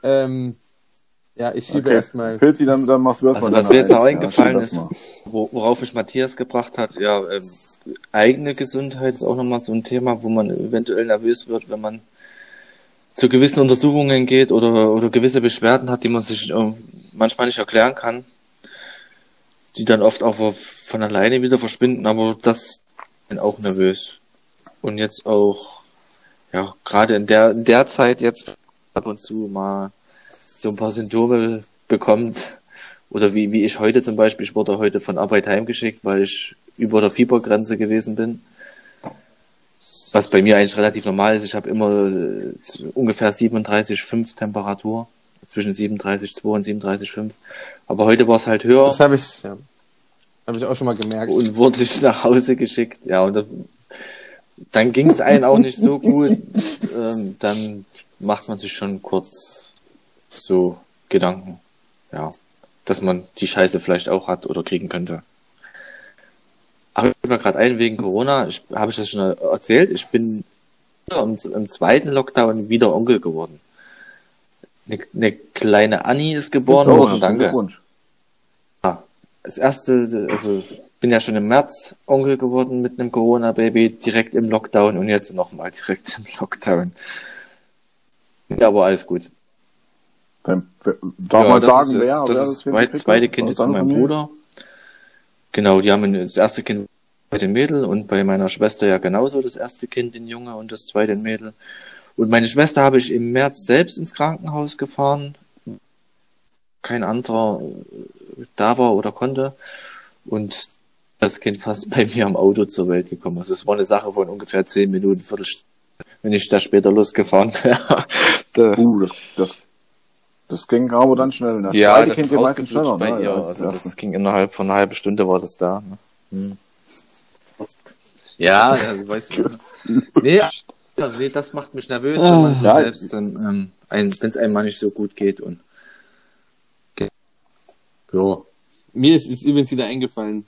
Speaker 1: Ich schiebe erstmal.
Speaker 2: Pilzi, dann machst du erstmal.
Speaker 3: Also, was mir jetzt auch eingefallen ist, worauf ich Matthias gebracht hat, eigene Gesundheit ist auch nochmal so ein Thema, wo man eventuell nervös wird, wenn man zu gewissen Untersuchungen geht oder gewisse Beschwerden hat, die man sich manchmal nicht erklären kann, die dann oft auch von alleine wieder verschwinden, aber das bin auch nervös. Und jetzt auch, gerade in der Zeit jetzt ab und zu mal so ein paar Symptome bekommt, Oder wie ich heute zum Beispiel, ich wurde heute von Arbeit heimgeschickt, weil ich über der Fiebergrenze gewesen bin. Was bei mir eigentlich relativ normal ist. Ich habe immer ungefähr 37,5 Temperatur. Zwischen 37,2 und 37,5. Aber heute war es halt höher.
Speaker 1: Das habe ich auch schon mal gemerkt.
Speaker 3: Und wurde ich nach Hause geschickt. Ja, und dann ging es einem auch nicht so gut. Dann macht man sich schon kurz so Gedanken. Ja, dass man die Scheiße vielleicht auch hat oder kriegen könnte. Aber ich bin mir gerade ein wegen Corona. Habe ich das schon erzählt? Ich bin im zweiten Lockdown wieder Onkel geworden. Eine kleine Annie ist geboren worden. Danke.
Speaker 2: Glückwunsch.
Speaker 3: Ja, das erste, also ich bin ja schon im März Onkel geworden mit einem Corona-Baby, direkt im Lockdown und jetzt nochmal direkt im Lockdown. Ja, aber alles gut.
Speaker 2: Dann darf man sagen, wer
Speaker 3: das zweite Kind ist von meinem Bruder. Genau, die haben das erste Kind bei dem Mädel und bei meiner Schwester ja genauso das erste Kind, den Junge, und das zweite ein Mädel. Und meine Schwester habe ich im März selbst ins Krankenhaus gefahren. Kein anderer da war oder konnte. Und das Kind fast bei mir am Auto zur Welt gekommen. Also es war eine Sache von ungefähr 10 Minuten, Viertelstunde, wenn ich da später losgefahren wäre.
Speaker 2: Das ging aber dann schnell. Das
Speaker 3: ja,
Speaker 2: zweite
Speaker 3: das
Speaker 2: Kind
Speaker 3: ist
Speaker 2: meistens schneller,
Speaker 3: bei
Speaker 2: ne?
Speaker 3: ihr. Also das ging innerhalb von einer halben Stunde war das da. Ne? Hm. Ja, also, weißt du. Nee, das macht mich nervös, wenn man so selbst dann, wenn es einem mal nicht so gut geht und
Speaker 1: ja. Mir ist übrigens wieder eingefallen.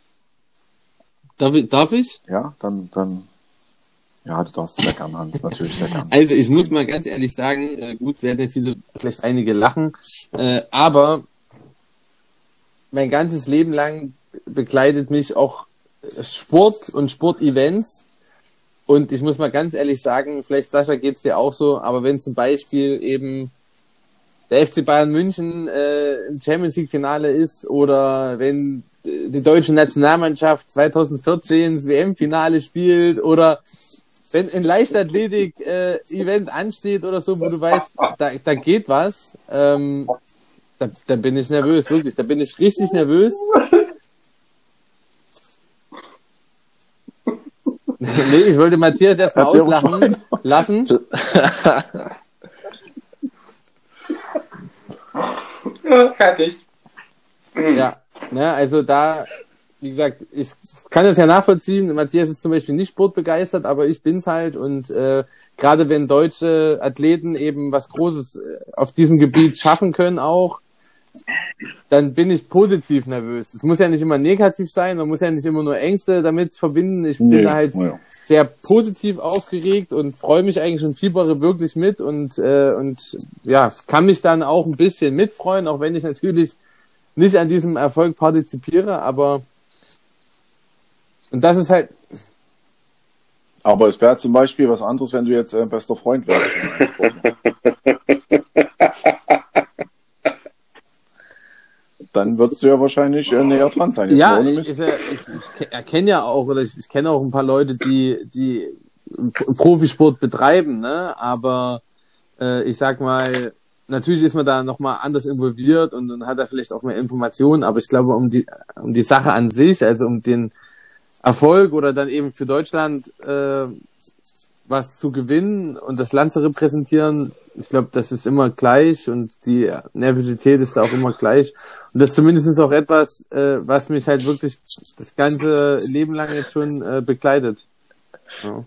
Speaker 1: Darf ich?
Speaker 2: Ja, dann ja, du darfst sehr gern, Hans, natürlich sehr gern.
Speaker 1: Also ich muss mal ganz ehrlich sagen, gut, werden jetzt vielleicht einige lachen, aber mein ganzes Leben lang begleitet mich auch Sport und Sportevents. Und ich muss mal ganz ehrlich sagen, vielleicht, Sascha, geht's dir auch so, aber wenn zum Beispiel eben der FC Bayern München im Champions League Finale ist oder wenn die deutsche Nationalmannschaft 2014 das WM-Finale spielt oder wenn ein Leichtathletik-Event ansteht oder so, wo du weißt, da geht was, da bin ich nervös, wirklich, da bin ich richtig nervös. Nee, ich wollte Matthias erstmal auslachen lassen.
Speaker 4: Fertig.
Speaker 1: Ja, ne, also da, wie gesagt, ich kann das ja nachvollziehen. Matthias ist zum Beispiel nicht sportbegeistert, aber ich bin's halt. Und gerade wenn deutsche Athleten eben was Großes auf diesem Gebiet schaffen können auch, dann bin ich positiv nervös. Es muss ja nicht immer negativ sein, man muss ja nicht immer nur Ängste damit verbinden. Ich bin da halt sehr positiv aufgeregt und freue mich eigentlich und fiebere wirklich mit und ja, kann mich dann auch ein bisschen mitfreuen, auch wenn ich natürlich nicht an diesem Erfolg partizipiere, aber und das ist halt.
Speaker 2: Aber es wäre zum Beispiel was anderes, wenn du jetzt bester Freund wärst. Dann würdest du ja wahrscheinlich näher dran sein. Jetzt
Speaker 1: ja, ich erkenne ja auch, oder ich kenne auch ein paar Leute, die Profisport betreiben, ne? Aber ich sag mal, natürlich ist man da nochmal anders involviert und hat da vielleicht auch mehr Informationen, aber ich glaube, um die Sache an sich, also um den Erfolg oder dann eben für Deutschland was zu gewinnen und das Land zu repräsentieren, ich glaube, das ist immer gleich und die Nervosität ist da auch immer gleich. Und das ist zumindest auch etwas, was mich halt wirklich das ganze Leben lang jetzt schon begleitet. Ja.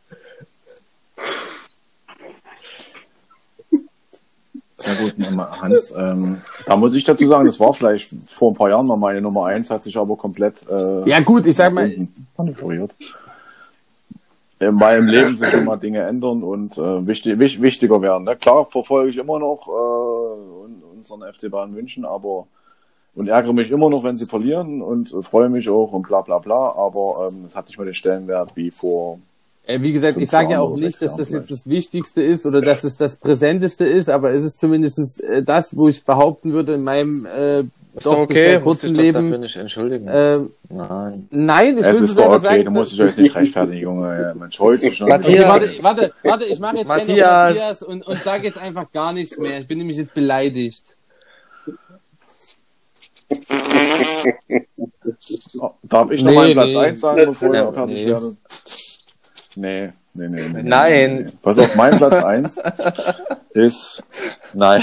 Speaker 2: Sehr gut, Hans. Da muss ich dazu sagen, das war vielleicht vor ein paar Jahren noch meine Nummer 1, hat sich aber komplett
Speaker 1: ja gut, ich sag mal,
Speaker 2: manövriert. In meinem Leben sich immer Dinge ändern und wichtiger werden. Ne? Klar verfolge ich immer noch unseren FC Bayern München, und ärgere mich immer noch, wenn sie verlieren und freue mich auch und bla bla bla, aber es hat nicht mehr den Stellenwert wie vor.
Speaker 1: Wie gesagt, ich sage ja auch nicht, dass das jetzt das Wichtigste ist oder dass es das Präsenteste ist, aber es ist zumindest das, wo ich behaupten würde in meinem
Speaker 3: ist doch okay, muss ich doch dafür nicht entschuldigen.
Speaker 1: Nein, ich
Speaker 2: es
Speaker 1: will
Speaker 2: ist doch okay,
Speaker 1: sagen,
Speaker 2: du musst dich jetzt nicht rechtfertigen, Junge. Man schollt sich schon.
Speaker 1: Matthias. Warte, ich mache jetzt Matthias und sage jetzt einfach gar nichts mehr. Ich bin nämlich jetzt beleidigt.
Speaker 2: Darf ich noch mal Platz 1 sagen, bevor
Speaker 1: Ja,
Speaker 2: wir fertig werden? Nee.
Speaker 3: Nein.
Speaker 2: Pass auf, mein Platz 1 ist... Nein.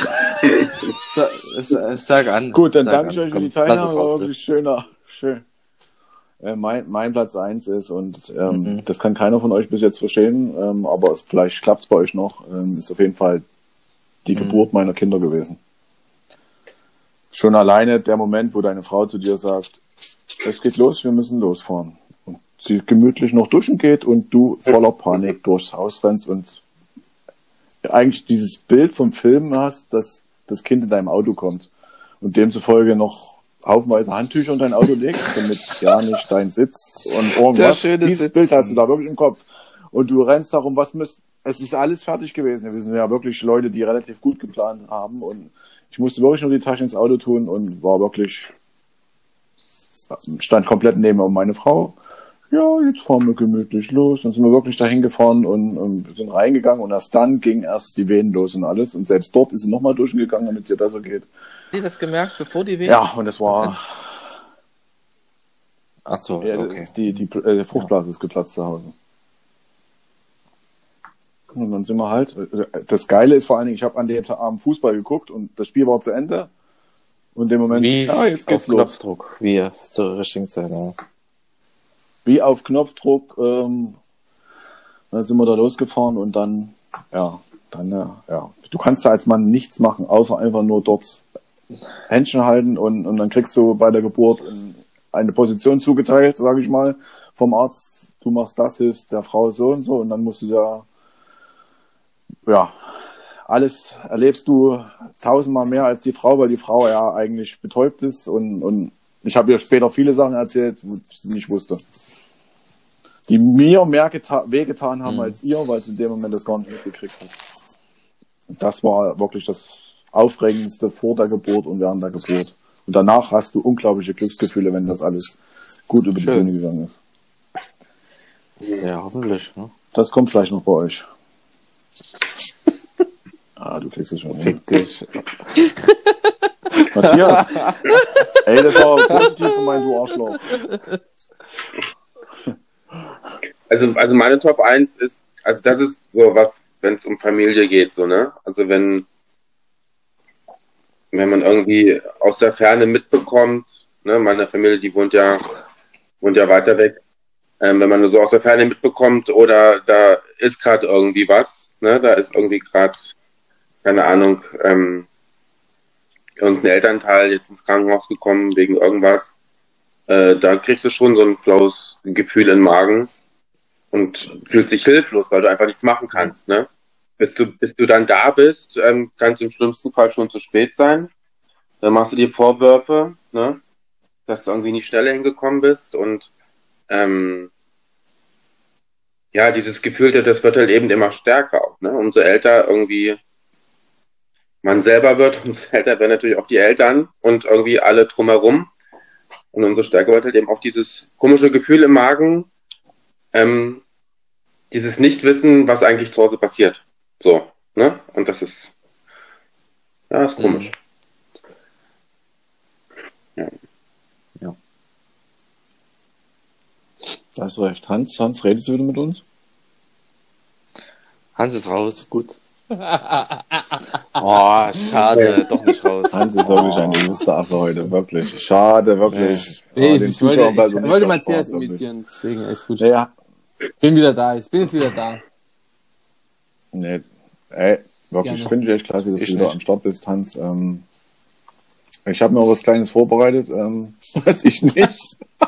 Speaker 3: Sag an.
Speaker 2: Gut, dann
Speaker 3: Sag
Speaker 2: danke ich
Speaker 3: an.
Speaker 2: euch für
Speaker 3: Komm,
Speaker 2: die
Speaker 3: lass es
Speaker 2: Teilnahme. War
Speaker 3: raus,
Speaker 2: wirklich schön. Mein Platz 1 ist, und das kann keiner von euch bis jetzt verstehen, aber vielleicht klappt es bei euch noch, ist auf jeden Fall die Geburt meiner Kinder gewesen. Schon alleine der Moment, wo deine Frau zu dir sagt, es geht los, wir müssen losfahren. Und sie gemütlich noch duschen geht und du voller Panik durchs Haus rennst und eigentlich dieses Bild vom Film hast, dass das Kind in deinem Auto kommt und demzufolge noch haufenweise Handtücher in dein Auto legst, damit ja nicht dein Sitz und irgendwas. Dieses Bild hast du da wirklich im Kopf. Und du rennst darum, es ist alles fertig gewesen. Wir sind ja wirklich Leute, die relativ gut geplant haben, und ich musste wirklich nur die Tasche ins Auto tun und stand komplett neben mir. Und meine Frau, ja, jetzt fahren wir gemütlich los. Und sind wir wirklich dahin gefahren und sind reingegangen, und erst dann ging die Venen los und alles. Und selbst dort ist sie nochmal durchgegangen, damit es ihr besser geht.
Speaker 1: Hast du das gemerkt, bevor die Venen?
Speaker 2: Ja, und es war...
Speaker 3: Ach so,
Speaker 2: Ja,
Speaker 3: okay.
Speaker 2: die Fruchtblase ist geplatzt zu Hause. Und dann sind wir halt... Das Geile ist vor allen Dingen, ich habe an dem Abend Fußball geguckt und das Spiel war zu Ende. Und in dem Moment,
Speaker 3: Wie
Speaker 2: jetzt geht's
Speaker 3: auf
Speaker 2: los.
Speaker 3: Knopfdruck. Wie zur richtigen Zeit, ja.
Speaker 2: Wie auf Knopfdruck. Dann sind wir da losgefahren und dann. Du kannst da als Mann nichts machen, außer einfach nur dort Händchen halten, und dann kriegst du bei der Geburt eine Position zugeteilt, sage ich mal, vom Arzt. Du machst das, hilfst der Frau so und so, und dann musst du alles erlebst du 1000-mal mehr als die Frau, weil die Frau ja eigentlich betäubt ist, und ich habe ihr später viele Sachen erzählt, die sie nicht wusste. Die mir mehr wehgetan haben als ihr, weil sie in dem Moment das gar nicht mitgekriegt hat. Und das war wirklich das Aufregendste vor der Geburt und während der Geburt. Und danach hast du unglaubliche Glücksgefühle, wenn das alles gut über die Bühne gegangen ist.
Speaker 3: Ja, hoffentlich. Ne?
Speaker 2: Das kommt vielleicht noch bei euch. Du kriegst es schon.
Speaker 3: Fick dich.
Speaker 2: Matthias! Ey, das war positiv für mein Du Arschloch.
Speaker 4: Also meine Top 1 ist, also das ist so was, wenn es um Familie geht, so, ne? Also wenn man irgendwie aus der Ferne mitbekommt, ne, meine Familie, die wohnt ja weiter weg, wenn man so aus der Ferne mitbekommt, oder da ist gerade irgendwie was, ne, da ist irgendwie gerade, keine Ahnung, irgendein Elternteil jetzt ins Krankenhaus gekommen wegen irgendwas, da kriegst du schon so ein flaues Gefühl im Magen und fühlst dich hilflos, weil du einfach nichts machen kannst, ne? Bis du dann da bist, kann es im schlimmsten Fall schon zu spät sein. Dann machst du dir Vorwürfe, ne, dass du irgendwie nicht schneller hingekommen bist, und dieses Gefühl, das wird halt eben immer stärker auch, ne? Umso älter irgendwie man selber wird, umso älter werden natürlich auch die Eltern und irgendwie alle drumherum. Und umso stärker wird halt eben auch dieses komische Gefühl im Magen, dieses Nichtwissen, was eigentlich zu Hause passiert. So, ne? Und das ist komisch.
Speaker 3: Ja.
Speaker 2: Da hast du recht. Hans, redest du wieder mit uns?
Speaker 3: Hans ist raus, gut. Oh, schade, doch nicht raus.
Speaker 2: Hans ist wirklich ein illustre Affe heute, wirklich. Schade, wirklich.
Speaker 1: Nee,
Speaker 2: Den
Speaker 1: ich wollte
Speaker 2: also nicht
Speaker 1: wollte
Speaker 2: so
Speaker 1: Matthias
Speaker 2: Spaß, wirklich.
Speaker 1: imitieren, deswegen ist gut.
Speaker 2: Ja,
Speaker 1: Bin wieder da, ich bin jetzt wieder da.
Speaker 2: nee, ey, wirklich,
Speaker 1: Gerne.
Speaker 2: finde ich echt klasse, dass
Speaker 3: Ich
Speaker 2: du wieder
Speaker 3: nicht.
Speaker 2: am Start bist, Hans. Ich habe mir auch was Kleines vorbereitet, weiß ich nicht.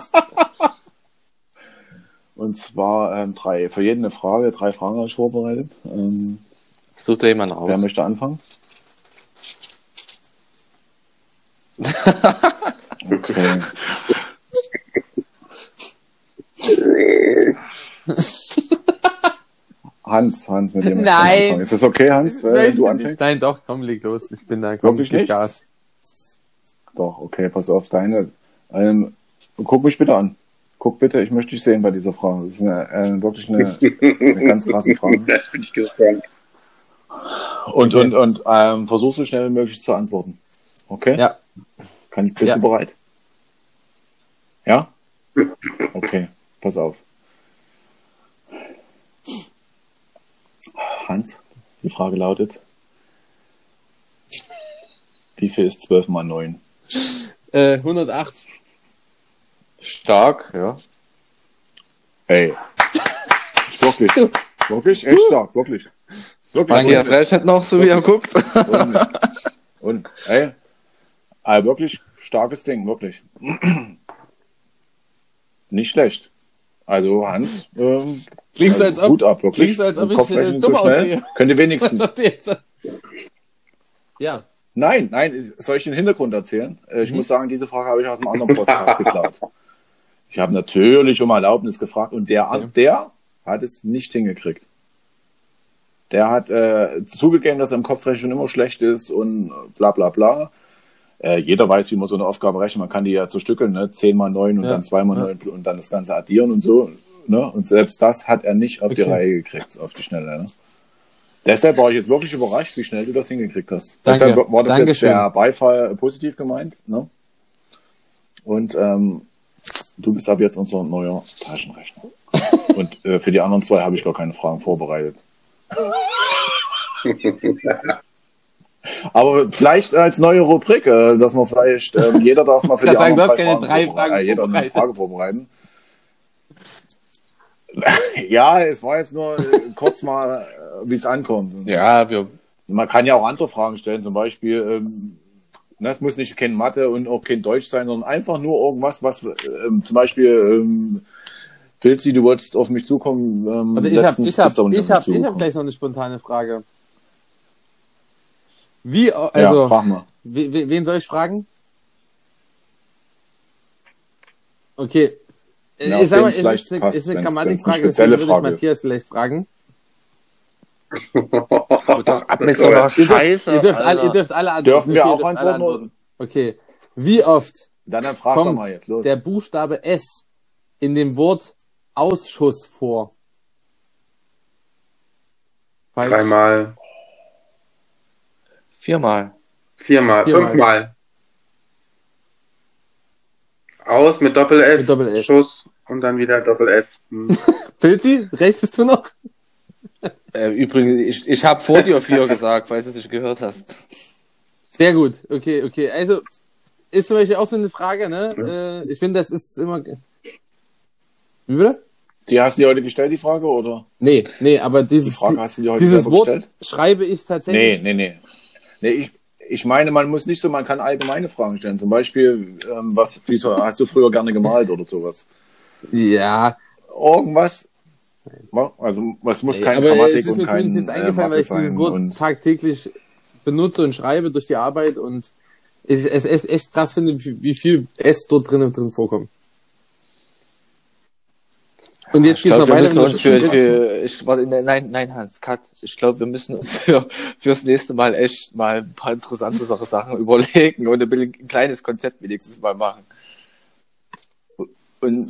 Speaker 2: Und zwar für jeden eine Frage, 3 Fragen habe ich vorbereitet.
Speaker 3: Such dir jemanden
Speaker 2: Wer
Speaker 3: raus.
Speaker 2: möchte anfangen? Okay. Hans, mit dem möchte ich
Speaker 1: Nein.
Speaker 2: anfangen. Ist das okay, Hans, wenn du anfängst?
Speaker 1: Nein, doch, komm, leg los. Ich bin da, komm,
Speaker 2: Wirklich
Speaker 1: gib
Speaker 2: nicht?
Speaker 1: Gas.
Speaker 2: Doch, okay, pass auf, deine. Guck mich bitte an. Guck bitte, ich möchte dich sehen bei dieser Frage. Das ist wirklich eine ganz krasse Frage.
Speaker 4: Da bin ich gespannt.
Speaker 2: Und versuch so schnell wie möglich zu antworten. Okay?
Speaker 1: Ja.
Speaker 2: Bist du bereit? Ja? Okay, pass auf. Hans, die Frage lautet, wie viel ist 12 mal 9?
Speaker 1: 108.
Speaker 3: Stark, ja.
Speaker 2: Ey. Wirklich. Wirklich? Echt stark, wirklich.
Speaker 3: Matthias Reschet noch, so wie er guckt.
Speaker 2: Und ey, wirklich starkes Ding, wirklich. Nicht schlecht. Also Hans,
Speaker 1: Klingt's, als ob,
Speaker 2: gut ab, wirklich.
Speaker 1: klingt's, als ob ich
Speaker 2: Kopfrechnen
Speaker 1: dumm
Speaker 2: so schnell.
Speaker 1: aussehe.
Speaker 2: Könnt ihr wenigstens.
Speaker 1: Ja.
Speaker 2: Nein, soll ich den Hintergrund erzählen? Ich muss sagen, diese Frage habe ich aus einem anderen Podcast geklaut. Ich habe natürlich um Erlaubnis gefragt und der hat es nicht hingekriegt. Der hat zugegeben, dass er im Kopfrechnen schon immer schlecht ist und bla bla bla. Jeder weiß, wie man so eine Aufgabe rechnet. Man kann die ja zerstückeln, ne? 10 mal 9 und dann 2 mal 9 und dann das Ganze addieren und so. Ne? Und selbst das hat er nicht auf die Reihe gekriegt, auf die Schnelle. Ne? Deshalb war ich jetzt wirklich überrascht, wie schnell du das hingekriegt hast.
Speaker 1: Danke.
Speaker 2: Deshalb war das
Speaker 1: Dankeschön.
Speaker 2: jetzt der Beifall positiv gemeint. Ne? Und du bist ab jetzt unser neuer Taschenrechner. Und für die anderen zwei habe ich gar keine Fragen vorbereitet. Aber vielleicht als neue Rubrik, dass man vielleicht, jeder darf mal für die
Speaker 1: sagen,
Speaker 2: anderen
Speaker 1: du hast keine 3 Fragen
Speaker 2: jeder eine Frage vorbereiten. Ja, es war jetzt nur kurz mal, wie es ankommt.
Speaker 3: Ja,
Speaker 2: Man kann ja auch andere Fragen stellen, zum Beispiel, es muss nicht kein Mathe und auch kein Deutsch sein, sondern einfach nur irgendwas, was zum Beispiel Pilzi, du wolltest auf mich zukommen.
Speaker 1: Also ich hab gleich noch eine spontane Frage.
Speaker 2: Frag mal.
Speaker 1: Wen soll ich fragen? Okay.
Speaker 2: Ja,
Speaker 1: Ich sag mal,
Speaker 2: es
Speaker 1: ist eine Grammatikfrage,
Speaker 2: deswegen
Speaker 1: würde ich Matthias vielleicht fragen.
Speaker 3: ab mit so einer Scheiße.
Speaker 1: Ihr dürft alle antworten.
Speaker 2: Dürfen wir
Speaker 1: ihr
Speaker 2: auch
Speaker 1: dürft alle
Speaker 2: antworten?
Speaker 1: Okay. Wie oft
Speaker 2: Dann frag doch
Speaker 1: kommt
Speaker 2: mal jetzt, los.
Speaker 1: der Buchstabe S in dem Wort Ausschuss vor? Falsch.
Speaker 4: 3-mal,
Speaker 3: 4-mal.
Speaker 4: 4-mal, 5-mal. Aus mit Doppel-S,
Speaker 1: Mit Doppel-S.
Speaker 4: Schuss und dann wieder Doppel-S.
Speaker 1: Pilzi, rechtest du noch?
Speaker 3: Übrigens, ich habe vor dir 4 gesagt, falls du es nicht gehört hast.
Speaker 1: Sehr gut. Okay. Also, ist zum Beispiel auch so eine Frage, ne? Ich finde, das ist immer... Wie bitte?
Speaker 2: Die hast du dir heute gestellt, die Frage, oder?
Speaker 1: Nee, aber dieses
Speaker 2: Frage hast du dir heute
Speaker 1: dieses
Speaker 2: selber
Speaker 1: Wort
Speaker 2: gestellt?
Speaker 1: schreibe ich tatsächlich...
Speaker 2: Nee, ich meine, man muss nicht so, man kann allgemeine Fragen stellen. Zum Beispiel, wieso hast du früher gerne gemalt oder sowas?
Speaker 1: Ja.
Speaker 2: Irgendwas. Also, es muss kein
Speaker 1: aber
Speaker 2: Grammatik
Speaker 1: es ist
Speaker 2: und
Speaker 1: mir
Speaker 2: kein
Speaker 1: zumindest jetzt eingefallen, weil ich dieses Wort tagtäglich benutze und schreibe durch die Arbeit und es echt krass finde, wie viel S dort drin vorkommt. Und jetzt geht's noch weiter. Nein,
Speaker 3: Hans, Cut. Ich glaube, wir müssen uns fürs nächste Mal echt mal ein paar interessante Sachen überlegen und ein kleines Konzept wenigstens mal machen. Und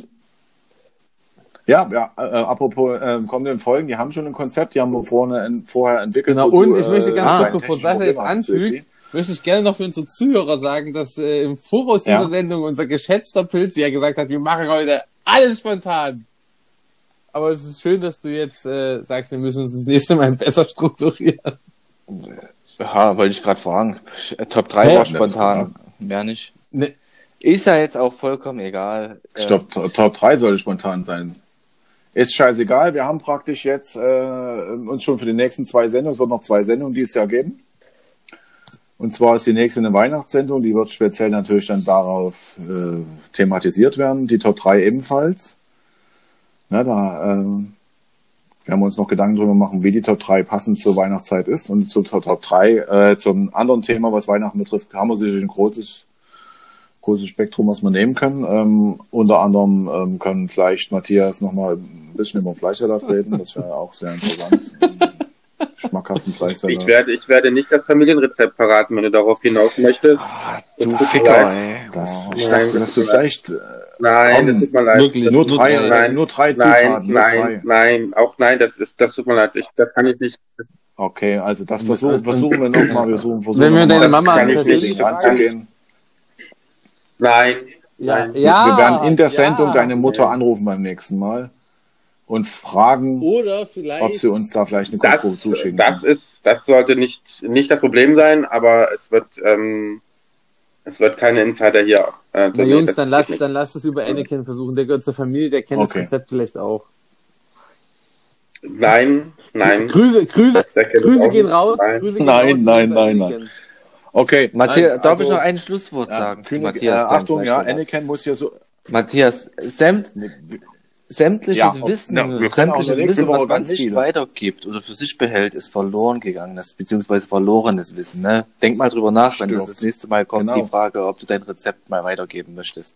Speaker 2: apropos kommenden Folgen, die haben schon ein Konzept, die haben wir vorher entwickelt.
Speaker 1: Genau, und ich möchte ganz kurz, bevor Sascha jetzt
Speaker 2: anfügt,
Speaker 1: anfügt, möchte ich gerne noch für unsere Zuhörer sagen, dass im Voraus dieser Sendung unser geschätzter Pilz ja gesagt hat, wir machen heute alles spontan. Aber es ist schön, dass du jetzt sagst, wir müssen uns das nächste Mal besser strukturieren.
Speaker 3: Ja, wollte ich gerade fragen. Top 3 war spontan. Mehr nicht.
Speaker 1: Nee.
Speaker 3: Ist ja jetzt auch vollkommen egal.
Speaker 2: Ich glaube, Top 3 sollte spontan sein. Ist scheißegal, wir haben praktisch jetzt uns schon für die nächsten 2 Sendungen, es wird noch 2 Sendungen dieses Jahr geben. Und zwar ist die nächste eine Weihnachtssendung, die wird speziell natürlich dann darauf thematisiert werden. Die Top 3 ebenfalls. Na, da werden wir uns noch Gedanken drüber machen, wie die Top 3 passend zur Weihnachtszeit ist. Und zur Top 3, zum anderen Thema, was Weihnachten betrifft, haben wir sicherlich ein großes Spektrum, was wir nehmen können. Unter anderem können vielleicht Matthias noch mal ein bisschen über den Fleischsalat reden. Das wäre auch sehr interessant. Schmackhaften Fleischsalat.
Speaker 4: Ich werde nicht das Familienrezept verraten, wenn du darauf hinaus möchtest.
Speaker 3: Du Ficker, ey.
Speaker 2: Ich dachte, dass du vielleicht...
Speaker 4: Nein, das tut mir leid.
Speaker 1: Wirklich,
Speaker 2: nur drei Zutaten.
Speaker 4: Nein, das tut mir leid. Das kann ich nicht.
Speaker 2: Okay, also das versuchen wir nochmal. Wenn
Speaker 1: wir deine Mama
Speaker 2: anzugehen.
Speaker 4: Nein.
Speaker 1: Ja,
Speaker 4: Nein.
Speaker 2: Wir werden in der
Speaker 1: ja.
Speaker 2: Sendung deine Mutter anrufen beim nächsten Mal und fragen,
Speaker 1: Oder
Speaker 2: ob
Speaker 1: vielleicht,
Speaker 2: sie uns da vielleicht eine Kostprobe zuschicken kann.
Speaker 4: Das sollte nicht das Problem sein, aber es wird keine Insider hier.
Speaker 1: na
Speaker 4: nee,
Speaker 1: Jungs,
Speaker 4: das
Speaker 1: dann
Speaker 4: geht nicht.
Speaker 1: lass es über Anakin versuchen. Der gehört zur Familie, der kennt das
Speaker 2: Okay.
Speaker 1: Rezept vielleicht auch.
Speaker 4: Nein.
Speaker 1: Grüße
Speaker 4: Der kennt es auch
Speaker 1: gehen
Speaker 4: nicht.
Speaker 1: raus.
Speaker 4: Nein.
Speaker 1: Grüße gehen
Speaker 2: Nein,
Speaker 1: raus
Speaker 2: nein,
Speaker 1: an
Speaker 2: nein,
Speaker 1: Anakin.
Speaker 2: Okay.
Speaker 3: Matthias,
Speaker 2: nein,
Speaker 3: darf ich
Speaker 2: also,
Speaker 3: noch ein Schlusswort sagen zu
Speaker 2: König,
Speaker 3: Matthias?
Speaker 2: Achtung, ja,
Speaker 3: Fleischsalat?
Speaker 2: Anakin muss hier so...
Speaker 3: Matthias, sämtliches
Speaker 2: Ja,
Speaker 3: Wissen,
Speaker 2: wir können auch
Speaker 3: sämtliches
Speaker 2: nächste
Speaker 3: Wissen,
Speaker 2: Woche
Speaker 3: was man
Speaker 2: ganz
Speaker 3: nicht
Speaker 2: viele.
Speaker 3: weitergibt oder für sich behält, ist verloren gegangenes, beziehungsweise verlorenes Wissen. Ne? Denk mal drüber nach, wenn das nächste Mal kommt,
Speaker 2: Genau.
Speaker 3: die Frage, ob du dein Rezept mal weitergeben möchtest.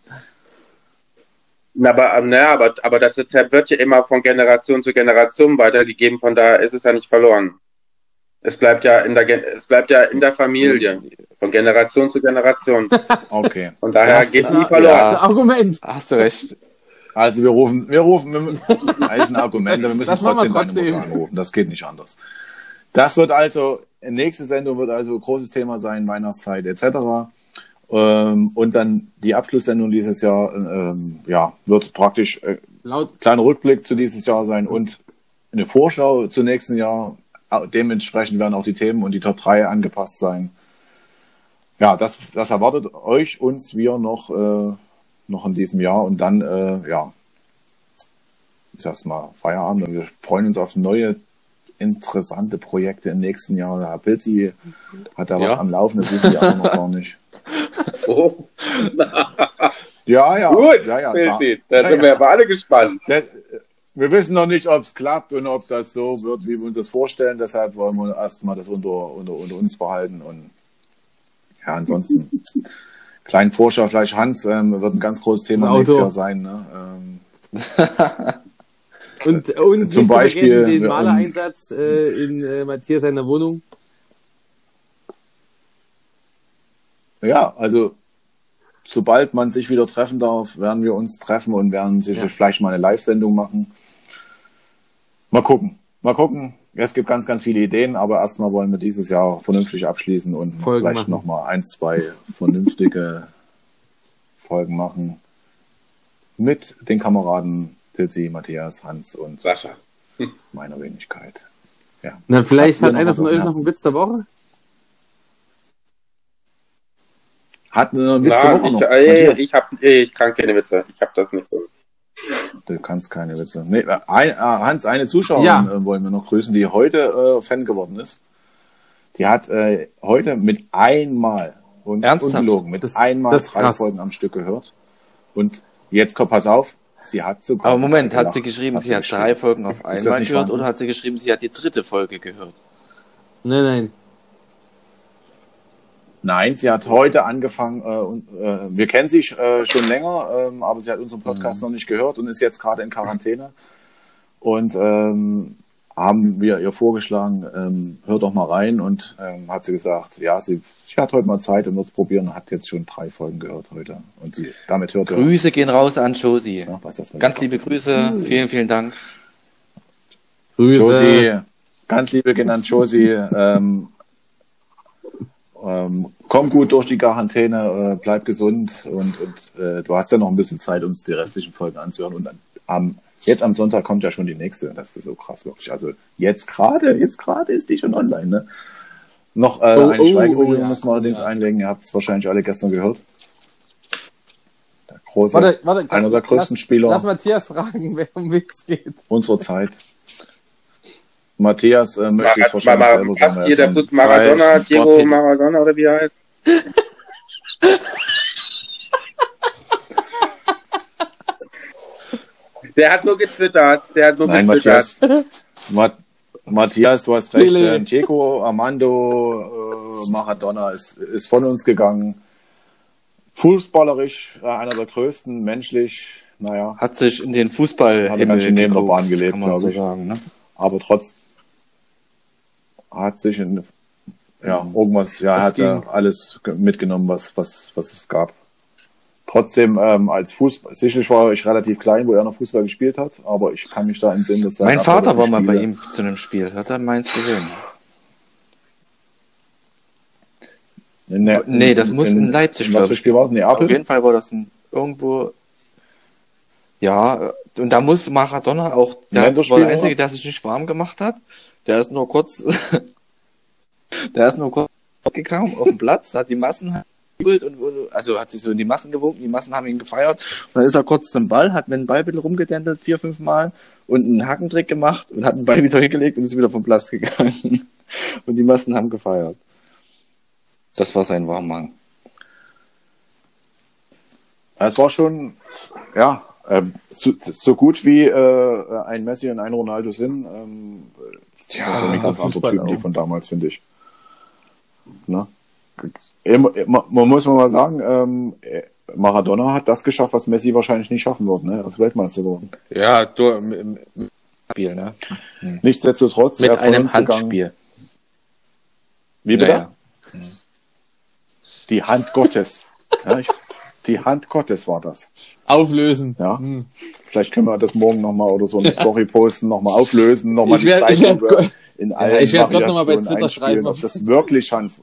Speaker 4: Aber das Rezept wird ja immer von Generation zu Generation weitergegeben, von daher ist es ja nicht verloren. Es bleibt ja in der Familie, von Generation zu Generation.
Speaker 2: Okay.
Speaker 4: Von daher geht es nie
Speaker 1: Das
Speaker 4: verloren.
Speaker 1: ist ein Argument.
Speaker 3: Hast du recht.
Speaker 2: Also wir rufen, das ist ein Argument, wir müssen
Speaker 1: Das machen wir
Speaker 2: trotzdem deine Mutter
Speaker 1: trotzdem.
Speaker 2: anrufen. Das geht nicht anders. Das wird also, nächste Sendung wird also großes Thema sein, Weihnachtszeit etc. Und dann die Abschlusssendung dieses Jahr, wird praktisch
Speaker 1: Laut
Speaker 2: kleiner Rückblick zu dieses Jahr sein und eine Vorschau zu nächsten Jahr. Dementsprechend werden auch die Themen und die Top 3 angepasst sein. Ja, das erwartet wir noch in diesem Jahr und dann, ich sag's mal, Feierabend. Und wir freuen uns auf neue, interessante Projekte im nächsten Jahr. Der Herr Pilzi hat da was am Laufen, das wissen die anderen noch gar nicht.
Speaker 4: Oh,
Speaker 2: Ja.
Speaker 4: gut,
Speaker 2: ja,
Speaker 4: Pilzi, da sind wir aber alle gespannt.
Speaker 2: Wir wissen noch nicht, ob es klappt und ob das so wird, wie wir uns das vorstellen. Deshalb wollen wir erstmal das unter uns behalten. Und ja, ansonsten, kleinen Vorschau, vielleicht Hans, wird ein ganz großes Thema
Speaker 1: Das
Speaker 2: nächstes
Speaker 1: Auto.
Speaker 2: Jahr sein. Ne?
Speaker 1: und
Speaker 2: Zum
Speaker 1: nicht zu
Speaker 2: Beispiel,
Speaker 1: vergessen den
Speaker 2: wir-
Speaker 1: Malereinsatz in Matthias seiner Wohnung.
Speaker 2: Ja, also sobald man sich wieder treffen darf, werden wir uns treffen und werden sicherlich vielleicht mal eine Live-Sendung machen. Mal gucken. Es gibt ganz, ganz viele Ideen, aber erstmal wollen wir dieses Jahr vernünftig abschließen und
Speaker 1: Folgen
Speaker 2: vielleicht
Speaker 1: machen.
Speaker 2: nochmal 1, 2 vernünftige Folgen machen. Mit den Kameraden Pilzi, Matthias, Hans und
Speaker 4: Sascha.
Speaker 2: meiner Wenigkeit. Ja.
Speaker 1: Na, vielleicht
Speaker 2: Habt ihr
Speaker 1: hat
Speaker 2: noch
Speaker 1: einer
Speaker 2: was
Speaker 1: von
Speaker 2: auf
Speaker 1: euch
Speaker 2: dem
Speaker 1: noch einen Witz der Woche.
Speaker 2: Hatten wir einen Witz der Woche noch? Matthias?
Speaker 4: Ich kann keine Witze. Ich habe das nicht so.
Speaker 2: Du kannst keine Witze. Nee, Hans, eine Zuschauerin
Speaker 1: Ja.
Speaker 2: wollen wir noch grüßen, die heute Fan geworden ist. Die hat heute mit einmal, und
Speaker 3: Ernsthaft?
Speaker 2: ungelogen, mit
Speaker 1: Das
Speaker 2: einmal
Speaker 1: ist
Speaker 2: 3
Speaker 1: krass.
Speaker 2: Folgen am Stück gehört. Und jetzt kommt, pass auf, sie hat sogar...
Speaker 3: Aber Moment, hat
Speaker 2: gelacht.
Speaker 3: sie geschrieben, sie hat
Speaker 2: geschrieben.
Speaker 3: 3 Folgen auf
Speaker 2: Ist das
Speaker 3: einmal
Speaker 2: nicht
Speaker 3: gehört
Speaker 2: Wahnsinn?
Speaker 3: oder hat sie geschrieben, sie hat die 3. Folge gehört?
Speaker 1: Nein.
Speaker 2: Nein, sie hat heute angefangen, wir kennen sie schon länger, aber sie hat unseren Podcast noch nicht gehört und ist jetzt gerade in Quarantäne. Und haben wir ihr vorgeschlagen, hör doch mal rein und hat sie gesagt, ja, sie hat heute mal Zeit und wird es probieren und hat jetzt schon 3 Folgen gehört heute. Und damit hört
Speaker 3: Grüße gehen raus an Josie.
Speaker 2: ja, was das
Speaker 3: Ganz liebe Grüße, vielen, vielen Dank.
Speaker 1: Grüße.
Speaker 2: Josie, ganz liebe gehen an Josie. Komm gut durch die Quarantäne, bleib gesund und du hast ja noch ein bisschen Zeit, uns die restlichen Folgen anzuhören. Und jetzt am Sonntag kommt ja schon die nächste. Das ist so krass, wirklich. Also jetzt gerade ist die schon online. Ne? Noch eine Schweigeminute
Speaker 1: ja.
Speaker 2: müssen wir allerdings einlegen. Ihr habt es wahrscheinlich alle gestern gehört. Der große,
Speaker 1: Warte,
Speaker 2: einer der größten Spieler
Speaker 1: Lass Matthias fragen, wer um Witz geht.
Speaker 2: unserer Zeit. Matthias möchte es wahrscheinlich selber sagen.
Speaker 4: Was hier, der Fluss Maradona,
Speaker 3: Freies
Speaker 4: Diego
Speaker 3: Sportpit.
Speaker 4: Maradona oder wie er heißt? Der hat nur getwittert.
Speaker 2: Nein, Matthias, du hast recht.
Speaker 1: Pele.
Speaker 2: Diego Armando Maradona ist von uns gegangen. Fußballerisch einer der größten, menschlich, naja,
Speaker 3: Hat sich in den Fußball
Speaker 2: Hat er ganz schön neben der Bahn gelebt,
Speaker 3: kann man
Speaker 2: glaub
Speaker 3: so
Speaker 2: ich.
Speaker 3: sagen. Ne?
Speaker 2: aber trotz hat sich irgendwas, er
Speaker 1: Das
Speaker 2: hat ja
Speaker 1: ging.
Speaker 2: alles mitgenommen, was es gab. Trotzdem, als Fußball, sicherlich war ich relativ klein, wo er noch Fußball gespielt hat, aber ich kann mich da entsinnen, dass
Speaker 3: Mein Vater war mal bei
Speaker 2: Spiele-
Speaker 3: ihm zu einem Spiel, hat er meins gesehen. Nee, das muss in Leipzig,
Speaker 2: in was für Spiel war es? Neapel?
Speaker 3: Auf jeden Fall war das irgendwo, ja, und da muss Maradona auch, der war der Einzige, der sich nicht warm gemacht hat. Der ist nur kurz gekommen auf den Platz, hat die Massen also hat sich so in die Massen gewunken, die Massen haben ihn gefeiert, und dann ist er kurz zum Ball, hat mit dem Ball ein bisschen rumgedändelt, 4-5 Mal, und einen Hackentrick gemacht und hat den Ball wieder hingelegt und ist wieder vom Platz gegangen. Und die Massen haben gefeiert. Das war sein Warmgang.
Speaker 2: Es war schon, ja, so gut wie ein Messi und ein Ronaldo sind.
Speaker 1: Ja,
Speaker 2: also ein ganz anderer Typen, die von damals, finde ich. Na? Man muss mal sagen, Maradona hat das geschafft, was Messi wahrscheinlich nicht schaffen wird, ne? Als Weltmeister geworden.
Speaker 3: Ja, im Spiel, ne?
Speaker 2: Nichtsdestotrotz.
Speaker 3: Mit einem Handspiel.
Speaker 2: Wie bitte?
Speaker 3: Naja.
Speaker 2: Die Hand Gottes. Ja, die Hand Gottes war das.
Speaker 1: Auflösen.
Speaker 2: Ja. Vielleicht können wir das morgen nochmal oder so eine Story posten, nochmal auflösen, nochmal
Speaker 1: Ich werde Gott nochmal bei Twitter schreiben,
Speaker 2: ob das wirklich Hans.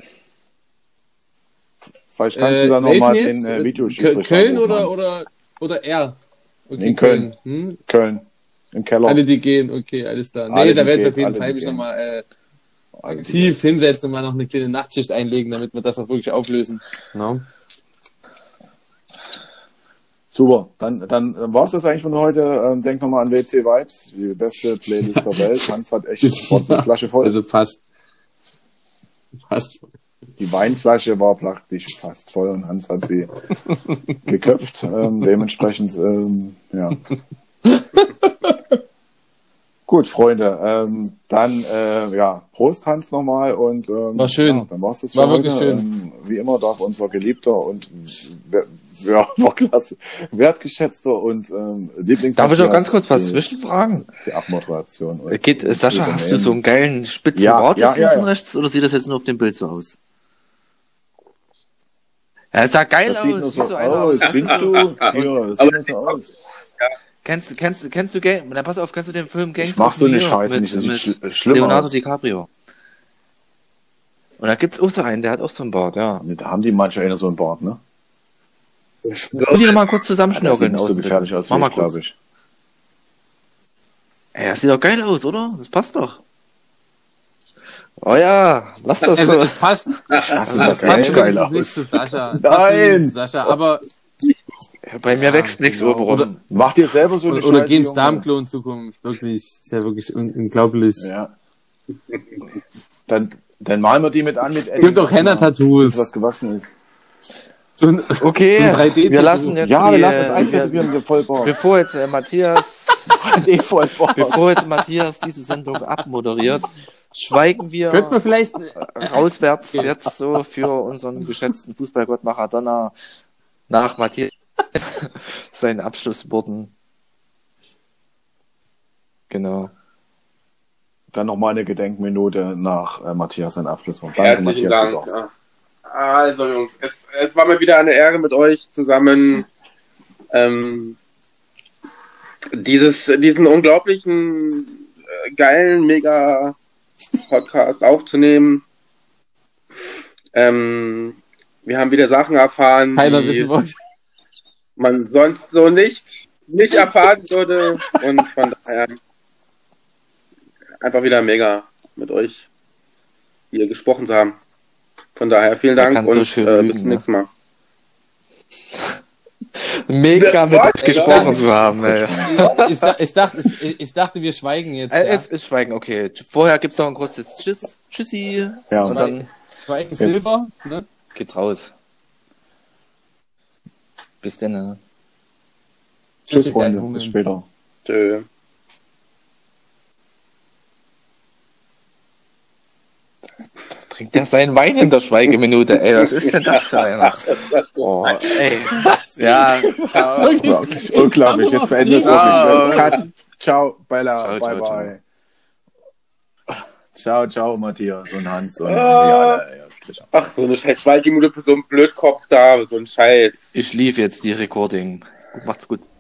Speaker 2: Vielleicht kannst du da nochmal den Videoschiedsrichter
Speaker 1: Köln oder er? Okay,
Speaker 2: in Köln. Köln. Im Keller.
Speaker 1: Alle, die gehen, okay, alles klar. Nee, da werde ich auf jeden Fall mich nochmal aktiv hinsetzen und mal noch eine kleine Nachtschicht einlegen, damit wir das auch wirklich auflösen. No?
Speaker 2: Super, dann war es das eigentlich von heute. Denk nochmal an WC Vibes, die beste Playlist der Welt. Hans hat echt eine Flasche voll.
Speaker 1: Also fast.
Speaker 2: Die Weinflasche war praktisch fast voll und Hans hat sie geköpft. Dementsprechend, ja. Gut, Freunde, dann ja, Prost Hans nochmal und
Speaker 1: war schön.
Speaker 2: Ja, dann war's das für
Speaker 1: war
Speaker 2: heute.
Speaker 1: Wirklich schön.
Speaker 2: Wie immer darf unser geliebter und ja, war klasse, wertgeschätzter und Lieblings.
Speaker 3: Darf ich auch ganz kurz was zwischenfragen?
Speaker 2: Die Abmoderation.
Speaker 3: Sascha, hast du so einen geilen spitzen Bart jetzt links und rechts, oder sieht das jetzt nur auf dem Bild so aus? Ja, es sah geil
Speaker 2: das
Speaker 3: aus.
Speaker 2: Sieht nur so aus. Findest du? Ja, das sieht nur so aus.
Speaker 3: Kennst du na, pass auf, kennst du den Film Gangs
Speaker 2: Mach so eine
Speaker 3: New
Speaker 2: Scheiße
Speaker 3: mit,
Speaker 2: nicht, das sieht
Speaker 3: mit
Speaker 2: schlimm
Speaker 3: Leonardo
Speaker 2: aus.
Speaker 3: DiCaprio? Und da gibt's auch so einen, der hat auch so einen Bart, ja.
Speaker 2: Da haben die manche einer so einen Bart, ne?
Speaker 3: Muss die noch mal kurz zusammenschnörkeln.
Speaker 2: Das sieht nicht so gefährlich aus,
Speaker 3: mach mal
Speaker 2: glaube
Speaker 3: kurz.
Speaker 2: ich.
Speaker 3: Ey, das sieht doch geil aus, oder? Das passt doch. Oh ja, lass das so.
Speaker 1: Das passt.
Speaker 2: Das
Speaker 1: passt
Speaker 2: geil
Speaker 1: nicht
Speaker 2: aus.
Speaker 1: zu Sascha.
Speaker 2: Nein!
Speaker 1: Sascha, aber
Speaker 3: Bei mir wächst nichts
Speaker 1: genau.
Speaker 3: oben rum.
Speaker 2: Mach dir selber so eine
Speaker 1: oder
Speaker 2: Scheiße,
Speaker 1: geh ins
Speaker 2: Junge.
Speaker 1: Darmklo in Zukunft. Wirklich, ist ja wirklich unglaublich.
Speaker 2: Ja. Dann malen wir die mit an mit
Speaker 1: Es gibt auch Henna-Tattoos.
Speaker 2: was gewachsen ist.
Speaker 3: Okay,
Speaker 1: so ein 3D-Tattoo.
Speaker 3: wir lassen jetzt
Speaker 2: Ja, wir lassen das eintätowieren, wir Vollbart.
Speaker 3: bevor jetzt Matthias
Speaker 2: 3D-Vollbart.
Speaker 3: Bevor jetzt Matthias diese Sendung abmoderiert, schweigen wir
Speaker 1: Könnte man vielleicht
Speaker 3: auswärts jetzt so für unseren geschätzten Fußballgott Maradona nach Matthias seinen Abschlussworten. Genau.
Speaker 2: Dann nochmal eine Gedenkminute nach Matthias sein Abschlusswort.
Speaker 4: Herzlichen
Speaker 2: Matthias,
Speaker 4: Dank.
Speaker 2: du darfst.
Speaker 4: Ja. Also Jungs, es war mir wieder eine Ehre mit euch zusammen diesen unglaublichen, geilen, mega Podcast aufzunehmen. Wir haben wieder Sachen erfahren,
Speaker 1: keiner
Speaker 4: die
Speaker 1: wissen wollte.
Speaker 4: man sonst so nicht erfahren würde. Und von daher einfach wieder mega mit euch hier gesprochen zu haben. Von daher vielen Dank
Speaker 3: kann so
Speaker 4: und
Speaker 3: schön lügen,
Speaker 4: bis zum nächsten Mal.
Speaker 3: Mega mit euch gesprochen zu haben, ey.
Speaker 1: Ich dachte, wir schweigen jetzt.
Speaker 3: Es ist Schweigen, okay. Vorher gibt's noch ein großes Tschüssi.
Speaker 2: Ja.
Speaker 3: Und dann
Speaker 1: Schweigen Silber, ne?
Speaker 3: geht's raus. Bis dann. Ne?
Speaker 2: Tschüss, Freunde. Bis später.
Speaker 4: Tschö.
Speaker 3: Trinkt der seinen Wein in der Schweigeminute, ey. Was ist denn das für einer? Oh, ey. Ja, ciao.
Speaker 2: Unglaublich, unglaublich. Jetzt beenden wir es wirklich. Cut. Ciao, Bella.
Speaker 3: Ciao,
Speaker 2: bye,
Speaker 3: ciao,
Speaker 2: bye. Ciao, ciao, Matthias und Hans und alle.
Speaker 4: Ach, so eine scheiß Schweigeminute für so einen Blödkopf da, so ein Scheiß.
Speaker 3: Ich lief jetzt die Recording. Macht's gut.